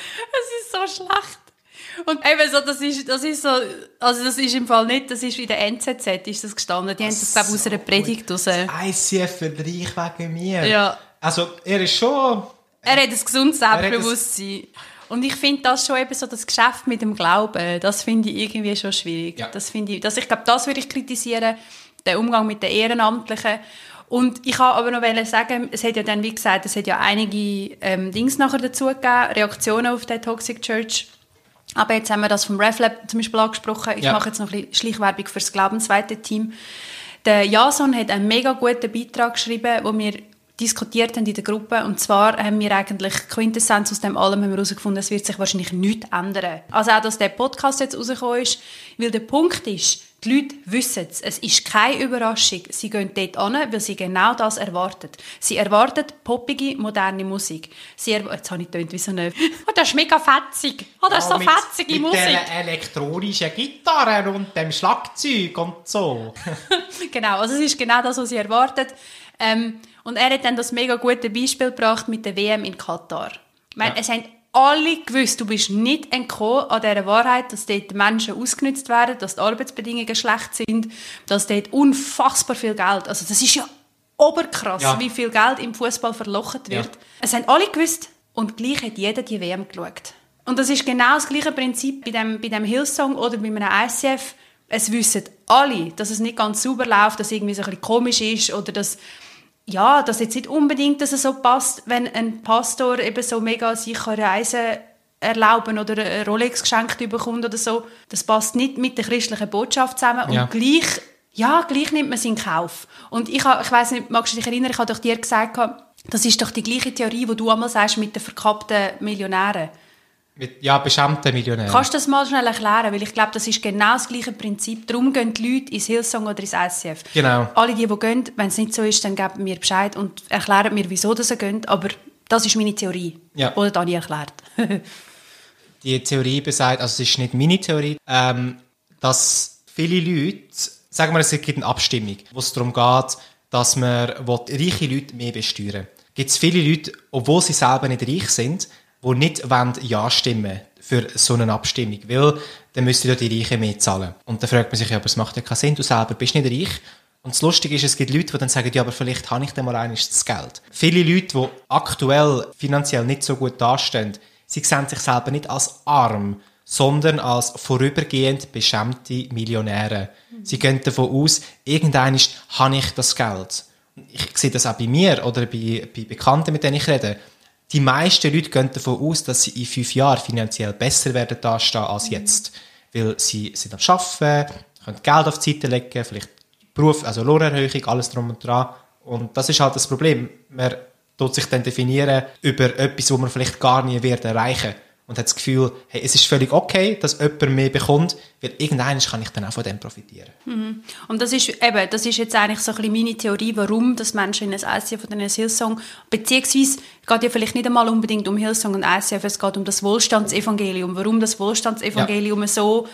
Das ist so schlecht. Und eben so, das ist, das ist so, also das ist im Fall nicht, das ist in der N Z Z ist das gestanden. Die haben das, glaube ich, aus einer Predigt raus. Das I C F wird reich wegen mir. Ja. Also, er ist schon... Er hat ein gesundes Selbstbewusstsein. Und ich finde das schon eben so, das Geschäft mit dem Glauben, das finde ich irgendwie schon schwierig. Ja. Das finde ich, das, ich glaube, das würde ich kritisieren, den Umgang mit den Ehrenamtlichen. Und ich kann aber noch sagen, es hat ja dann, wie gesagt, es hat ja einige ähm, Dings nachher dazu gegeben, Reaktionen auf den Toxic Church. Aber jetzt haben wir das vom RefLab zum Beispiel angesprochen. Ich ja. mache jetzt noch ein bisschen Schleichwerbung für das glaubensweite Team. Der Jason hat einen mega guten Beitrag geschrieben, wo wir diskutiert haben in der Gruppe. Und zwar haben wir eigentlich Quintessenz aus dem allem herausgefunden, es wird sich wahrscheinlich nichts ändern. Also auch, dass der Podcast jetzt rausgekommen ist, weil der Punkt ist, die Leute wissen es, es ist keine Überraschung. Sie gehen dort hin, weil sie genau das erwarten. Sie erwarten poppige, moderne Musik. Sie erw- jetzt habe ich getönt wie so eine... Oh, das ist mega fetzig. Oh, das ist so mit, fetzige mit Musik. Mit der elektronischen Gitarre und dem Schlagzeug und so. Genau, also es ist genau das, was sie erwarten. Ähm, und er hat dann das mega gute Beispiel gebracht mit der W M in Katar. Ich meine, ja. Es haben alle gewusst, du bist nicht entkommen an dieser Wahrheit, dass dort Menschen ausgenutzt werden, dass die Arbeitsbedingungen schlecht sind, dass dort unfassbar viel Geld, also das ist ja oberkrass, ja. wie viel Geld im Fußball verlocht wird. Ja. Es haben alle gewusst und gleich hat jeder die W M geschaut. Und das ist genau das gleiche Prinzip bei dem, bei dem Hillsong oder bei einem I C F. Es wissen alle, dass es nicht ganz sauber läuft, dass es irgendwie so ein bisschen komisch ist oder dass, ja, dass jetzt nicht unbedingt dass es so passt, wenn ein Pastor eben so mega sich Reisen erlauben oder eine Rolex geschenkt bekommt oder so. Das passt nicht mit der christlichen Botschaft zusammen. Ja. Und gleich, ja, gleich nimmt man es in Kauf. Und ich, ich weiss nicht, magst du dich erinnern, ich habe doch dir gesagt, das ist doch die gleiche Theorie, die du einmal sagst mit den verkappten Millionären. Mit, ja, beschämten Millionären. Kannst du das mal schnell erklären? Weil ich glaube, das ist genau das gleiche Prinzip. Darum gehen die Leute ins Hillsong oder ins I C F. Genau. Alle, die, die gehen, wenn es nicht so ist, dann geben mir Bescheid und erklären mir, wieso sie gehen. Aber das ist meine Theorie. Ja. Oder Dani erklärt. Die Theorie besagt, also es ist nicht meine Theorie, ähm, dass viele Leute, sagen wir, es gibt eine Abstimmung, wo es darum geht, dass man reiche Leute mehr besteuern will. Gibt es viele Leute, obwohl sie selber nicht reich sind, die nicht wollen, Ja stimmen für so eine Abstimmung, weil dann müssten ja die Reichen mehr zahlen. Und dann fragt man sich, ja, aber es macht ja keinen Sinn, du selber bist nicht reich. Und das Lustige ist, es gibt Leute, die dann sagen, ja, aber vielleicht habe ich dann mal einmal das Geld. Viele Leute, die aktuell finanziell nicht so gut dastehen, sie sehen sich selber nicht als arm, sondern als vorübergehend beschämte Millionäre. Mhm. Sie gehen davon aus, irgendwann habe ich das Geld. Ich sehe das auch bei mir oder bei, bei Bekannten, mit denen ich rede. Die meisten Leute gehen davon aus, dass sie in fünf Jahren finanziell besser werden dastehen als jetzt. Mhm. Weil sie sind am Arbeiten, können Geld auf die Seite legen, vielleicht Beruf, also Lohnerhöhung, alles drum und dran. Und das ist halt das Problem. Man tut sich dann definieren über etwas, was man vielleicht gar nie wird erreichen und hat das Gefühl, hey, es ist völlig okay, dass jemand mehr bekommt, weil irgendwann kann ich dann auch von dem profitieren. Mhm. Und das ist eben, das ist jetzt eigentlich so ein bisschen meine Theorie, warum das Menschen in ein I C F oder in ein Hillsong, beziehungsweise es geht ja vielleicht nicht einmal unbedingt um Hillsong und I C F, es geht um das Wohlstandsevangelium, warum das Wohlstandsevangelium ja. so,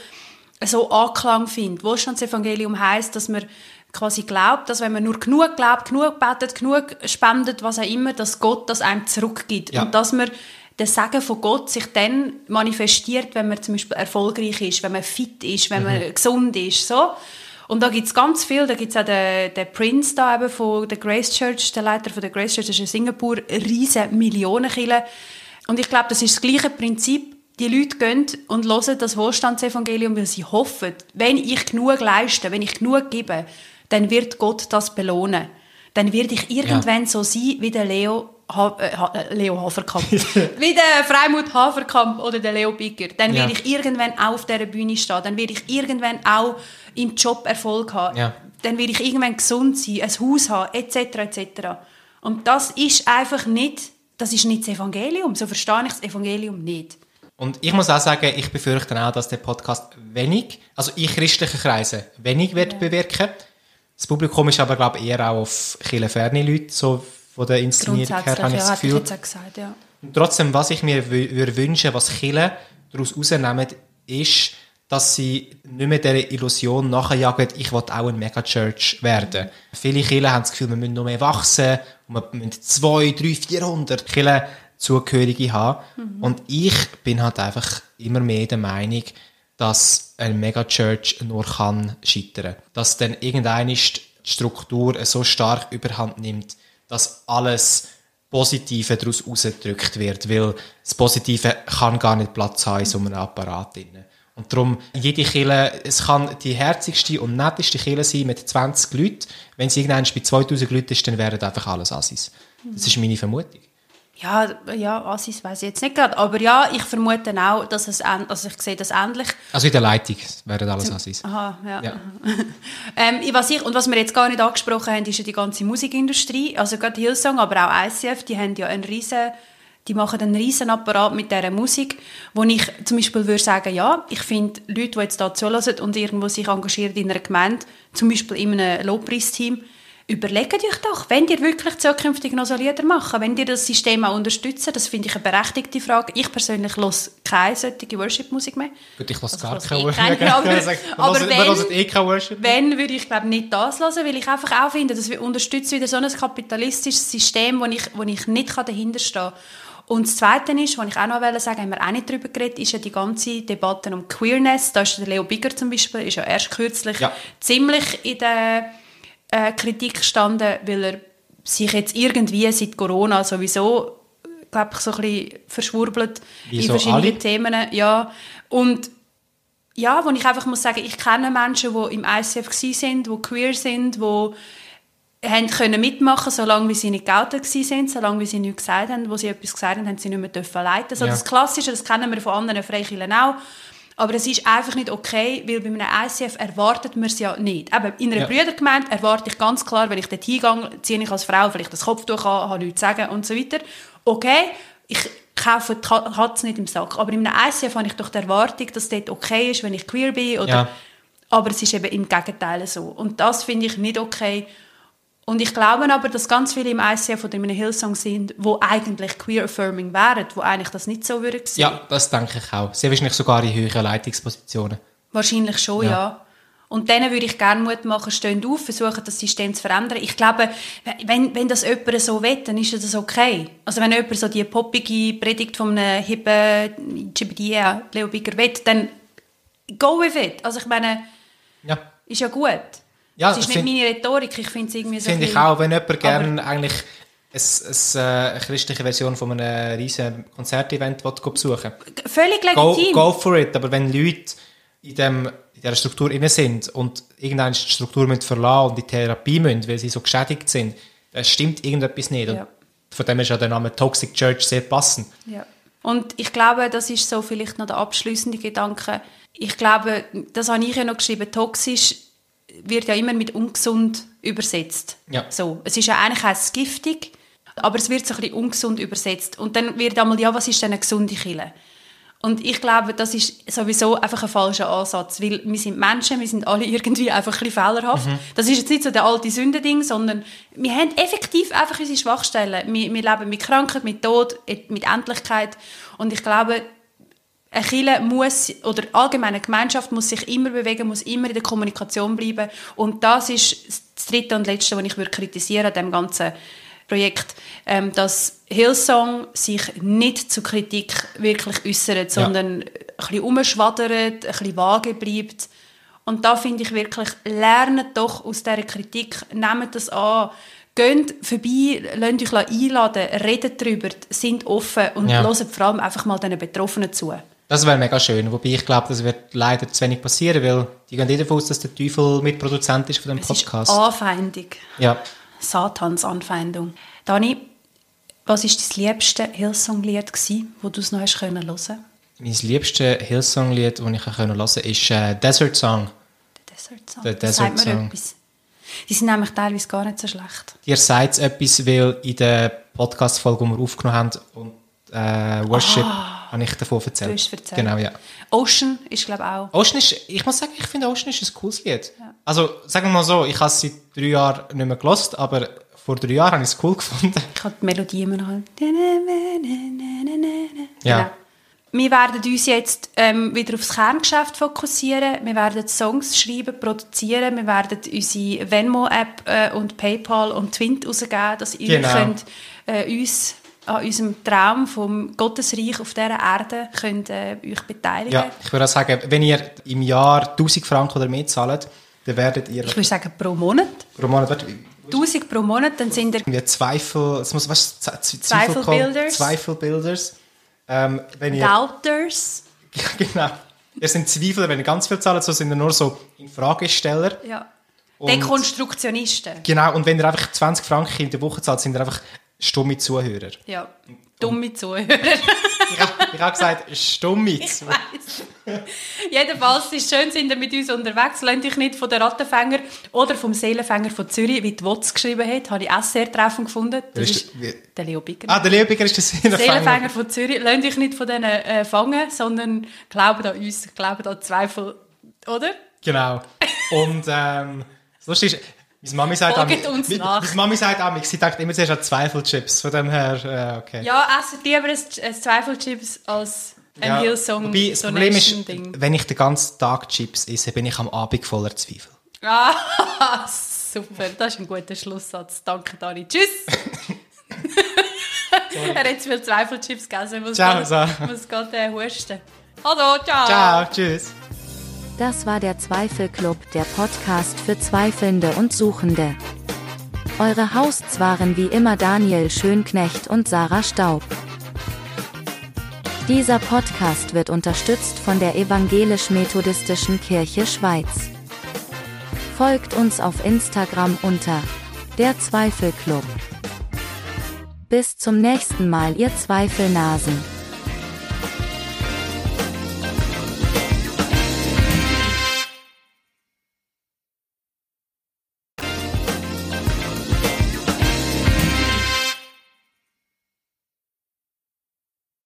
so Anklang findet. Wohlstandsevangelium heisst, dass man quasi glaubt, dass wenn man nur genug glaubt, genug betet, genug spendet, was auch immer, dass Gott das einem zurückgibt. Ja. Und dass man der Segen von Gott sich dann manifestiert, wenn man zum Beispiel erfolgreich ist, wenn man fit ist, wenn mhm. man gesund ist. So. Und da gibt es ganz viel. Da gibt es auch den, den Prince da eben von der Grace Church, der Leiter von der Grace Church, das ist in Singapur, eine riesige Millionenkirche. Und ich glaube, das ist das gleiche Prinzip. Die Leute gehen und hören das Wohlstandsevangelium, weil sie hoffen, wenn ich genug leiste, wenn ich genug gebe, dann wird Gott das belohnen. Dann werde ich irgendwann ja. so sein wie der Leo, ha- äh, Leo Haferkamp. wie der Freimut Haferkamp oder der Leo Bigger. Dann ja. werde ich irgendwann auch auf dieser Bühne stehen. Dann werde ich irgendwann auch im Job Erfolg haben. Ja. Dann werde ich irgendwann gesund sein, ein Haus haben, et cetera et cetera. Und das ist einfach nicht, das ist nicht das Evangelium. So verstehe ich das Evangelium nicht. Und ich muss auch sagen, ich befürchte auch, dass der Podcast wenig, also in christlichen Kreisen, wenig wird ja. bewirken. Das Publikum ist aber, glaube ich, eher auch auf kirchenferne Leute, so von der Inszenierung her, habe ich das Gefühl. Ja, hätte ich jetzt auch gesagt, ja. Und trotzdem, was ich mir w- würde wünschen, was Kirchen daraus rausnehmen, ist, dass sie nicht mehr dieser Illusion nachjagen, ich will auch ein Megachurch werden. Mhm. Viele Kirchen haben das Gefühl, wir müssen noch mehr wachsen, und wir müssen zwei, drei, vierhundert Kirchenzugehörige haben. Mhm. Und ich bin halt einfach immer mehr der Meinung, dass ein Megachurch nur kann scheitern. Dass dann irgendwann die Struktur so stark überhand nimmt, dass alles Positive daraus rausgedrückt wird, weil das Positive kann gar nicht Platz haben in so einem Apparat drin. Und darum, jede Kirche, es kann die herzigste und netteste Kirche sein mit zwanzig Leuten. Wenn sie irgendwann bei zweitausend Leuten ist, dann wären einfach alles Assis. Das ist meine Vermutung. Ja, ja, Assis weiss ich jetzt nicht gerade, aber ja, ich vermute auch, dass es, also ich sehe das ähnlich. Also in der Leitung wären alles Assis. Aha, ja. ja. ähm, was ich, und was wir jetzt gar nicht angesprochen haben, ist ja die ganze Musikindustrie, also gerade Hillsong, aber auch I C F, die haben ja einen riesen, die machen einen riesen Apparat mit dieser Musik, wo ich zum Beispiel würde sagen, ja, ich finde, Leute, die jetzt da zuhören und irgendwo sich engagieren in einer Gemeinde, zum Beispiel in einem Lobpreisteam, überlegt euch doch, wenn ihr wirklich zukünftig noch so Lieder machen, wenn ihr das System auch unterstützen, das finde ich eine berechtigte Frage. Ich persönlich höre keine solche Worship-Musik mehr. Gut, ich höre also gar ich keine eh Worship. Keine, aber aber wir wenn, hören eh keine Worship. Wenn, würde ich glaube nicht das hören, weil ich einfach auch finde, dass wir unterstützen wieder so ein kapitalistisches System, wo ich, wo ich nicht dahinter stehen kann. Und das Zweite ist, was ich auch noch sagen wollte, haben wir auch nicht darüber geredet, ist ja die ganze Debatte um Queerness. Da ist der Leo Bigger zum Beispiel, ist ja erst kürzlich ja. ziemlich in der Äh, Kritik gestanden, weil er sich jetzt irgendwie seit Corona sowieso glaube ich, so ein bisschen verschwurbelt Wie in so verschiedenen alle? Themen. Ja. Und ja, wo ich einfach muss sagen, ich kenne Menschen, die im I C F waren, die queer sind, die haben können mitmachen, solange wie sie nicht geoutet waren, solange wie sie nichts gesagt haben. Wo sie etwas gesagt haben, haben sie nicht mehr dürfen leiten. So, Ja. Das Klassische, das kennen wir von anderen Freikirchen auch. Aber es ist einfach nicht okay, weil bei einem I C F erwartet man es ja nicht. Eben, in einer Ja. Brüdergemeinde erwarte ich ganz klar, wenn ich dort hingehe, ziehe ich als Frau vielleicht das Kopftuch an, habe nichts zu sagen und so weiter. Okay, ich kaufe die Katze nicht im Sack. Aber in einem I C F habe ich doch die Erwartung, dass es dort okay ist, wenn ich queer bin. Oder, Ja. Aber es ist eben im Gegenteil so. Und das finde ich nicht okay. Und ich glaube aber, dass ganz viele im I C F oder in einem Hillsong sind, die eigentlich queer-affirming wären, die eigentlich das nicht so würden sehen. Ja, das denke ich auch. Sehr wahrscheinlich sogar in höheren Leitungspositionen. Wahrscheinlich schon, ja. Ja. Und denen würde ich gerne Mut machen, stehen auf, versuchen, das System zu verändern. Ich glaube, wenn, wenn das jemand so will, dann ist das okay. Also wenn jemand so die poppige Predigt von einem hippen G B D, Leo Bigger will, dann go with it. Also ich meine, Ja. ist ja gut. Ja, das ist nicht find- meine Rhetorik, ich finde es irgendwie so Finde ein ich bisschen- auch, wenn jemand gerne Aber- eigentlich es, es, äh, eine christliche Version von einem riesen Konzertevent will besuchen will. Völlig Go, legitim. go for it. Aber wenn Leute in, dem, in dieser Struktur drin sind und irgendwann die Struktur müssen verlassen und in die Therapie müssen, weil sie so geschädigt sind, dann stimmt irgendetwas nicht. Ja. Und von dem ist ja der Name Toxic Church sehr passend. Ja. Und ich glaube, das ist so vielleicht noch der abschließende Gedanke. Ich glaube, das habe ich ja noch geschrieben, toxisch wird ja immer mit ungesund übersetzt. Ja. So. Es ist ja eigentlich heisst giftig, aber es wird so ein bisschen ungesund übersetzt. Und dann wird einmal, ja, was ist denn eine gesunde Kirche? Und ich glaube, das ist sowieso einfach ein falscher Ansatz, weil wir sind Menschen, wir sind alle irgendwie einfach ein bisschen fehlerhaft. Mhm. Das ist jetzt nicht so der alte Sündending, sondern wir haben effektiv einfach unsere Schwachstellen. Wir, wir leben mit Krankheit, mit Tod, mit Endlichkeit. Und ich glaube, eine Kirche muss, oder allgemeine Gemeinschaft muss sich immer bewegen, muss immer in der Kommunikation bleiben. Und das ist das dritte und letzte, was ich würde kritisieren an diesem ganzen Projekt, ähm, dass Hillsong sich nicht zur Kritik wirklich äußert, sondern ja. ein bisschen umschwadert, ein bisschen vage bleibt. Und da finde ich wirklich, lernt doch aus dieser Kritik, nehmt das an, geht vorbei, lasst euch einladen, redet darüber, sind offen und ja. hört vor allem einfach mal den Betroffenen zu. Das wäre mega schön, wobei ich glaube, das wird leider zu wenig passieren, weil die gehen davon aus, dass der Teufel Mitproduzent ist von dem es Podcast. Es ist Anfeindung. Ja. Satans Anfeindung. Dani, was war dein liebste Hillsong-Lied, das du es noch hast hören können? Mein liebstes Hillsong-Lied, das ich hören konnte, ist äh, «Desert Song». Der Desert Song? Der Das Desert sagt mir Song. etwas. Die sind nämlich teilweise gar nicht so schlecht. Dir sagt es etwas, weil in der Podcast-Folge, die wir aufgenommen haben, und äh, «Worship», Ah, habe ich davon erzählt. du hast erzählt. Genau, ja. Ocean ist, glaube ich, auch. Ocean ist, ich muss sagen, ich finde Ocean ist ein cooles Lied. Ja. Also, sagen wir mal so, ich habe es seit drei Jahren nicht mehr gehört, aber vor drei Jahren habe ich es cool gefunden. Ich habe die Melodie immer noch. Ja. Genau. Wir werden uns jetzt ähm, wieder aufs Kerngeschäft fokussieren. Wir werden Songs schreiben, produzieren. Wir werden unsere Venmo-App äh, und PayPal und Twint rausgeben, dass ihr Genau. könnt, äh, uns an unserem Traum vom Gottesreich auf dieser Erde könnt, äh, euch beteiligen. Ja, ich würde auch sagen, wenn ihr im Jahr tausend Franken oder mehr zahlt, dann werdet ihr... Ich würde sagen, pro Monat. Pro Monat, warte, tausend pro Monat, dann sind ihr... wir Zweifel... Es muss, was, Zweifel Zweifelbuilders. Zweifelbuilders. Ähm, wenn ihr... Doubters. Ja, genau. Ihr sind Zweifler, wenn ihr ganz viel zahlt, so sind ihr nur so Infragesteller. Ja. Und- Dekonstruktionisten. Genau, und wenn ihr einfach zwanzig Franken in der Woche zahlt, sind ihr einfach stumme Zuhörer. Ja. Dumme Zuhörer. Ich habe hab gesagt, stumme Zuhörer. Jedenfalls ist es schön, sind ihr mit uns unterwegs. Lasst euch nicht von den Rattenfänger oder vom Seelenfänger von Zürich, wie die Wotz geschrieben hat, habe ich auch sehr treffend gefunden. Das Wer ist ist der- der Leo Bigger. Ah, der Leobiger ist der Seelenfänger. Seelenfänger von Zürich. Lasst euch nicht von denen äh, fangen, sondern glaubt an uns, glaubt an Zweifel. Oder? Genau. Und ähm, das Lustige ist, meine Mami sagt Folgt am- uns mi- nach. Meine Mami sagt auch, sie denkt immer zuerst an Zweifelchips. Von dem her, äh, okay. Ja, esset lieber ein, ein Zweifelchips als ein Ja, Hillsong wobei, das Problem ist, Donation-Ding. wenn ich den ganzen Tag Chips esse, bin ich am Abend voller Zweifel. Ah, super, das ist ein guter Schlusssatz. Danke, Dani. Tschüss! Er hat zu viele Zweifelchips gegessen. Ich muss Ciao, grad- Sarah. ich muss gerade äh, husten. Hallo, ciao! Ciao, tschüss. Das war der Zweifelclub, der Podcast für Zweifelnde und Suchende. Eure Hosts waren wie immer Daniel Schönknecht und Sarah Staub. Dieser Podcast wird unterstützt von der Evangelisch-Methodistischen Kirche Schweiz. Folgt uns auf Instagram unter der Zweifelclub. Bis zum nächsten Mal, ihr Zweifelnasen.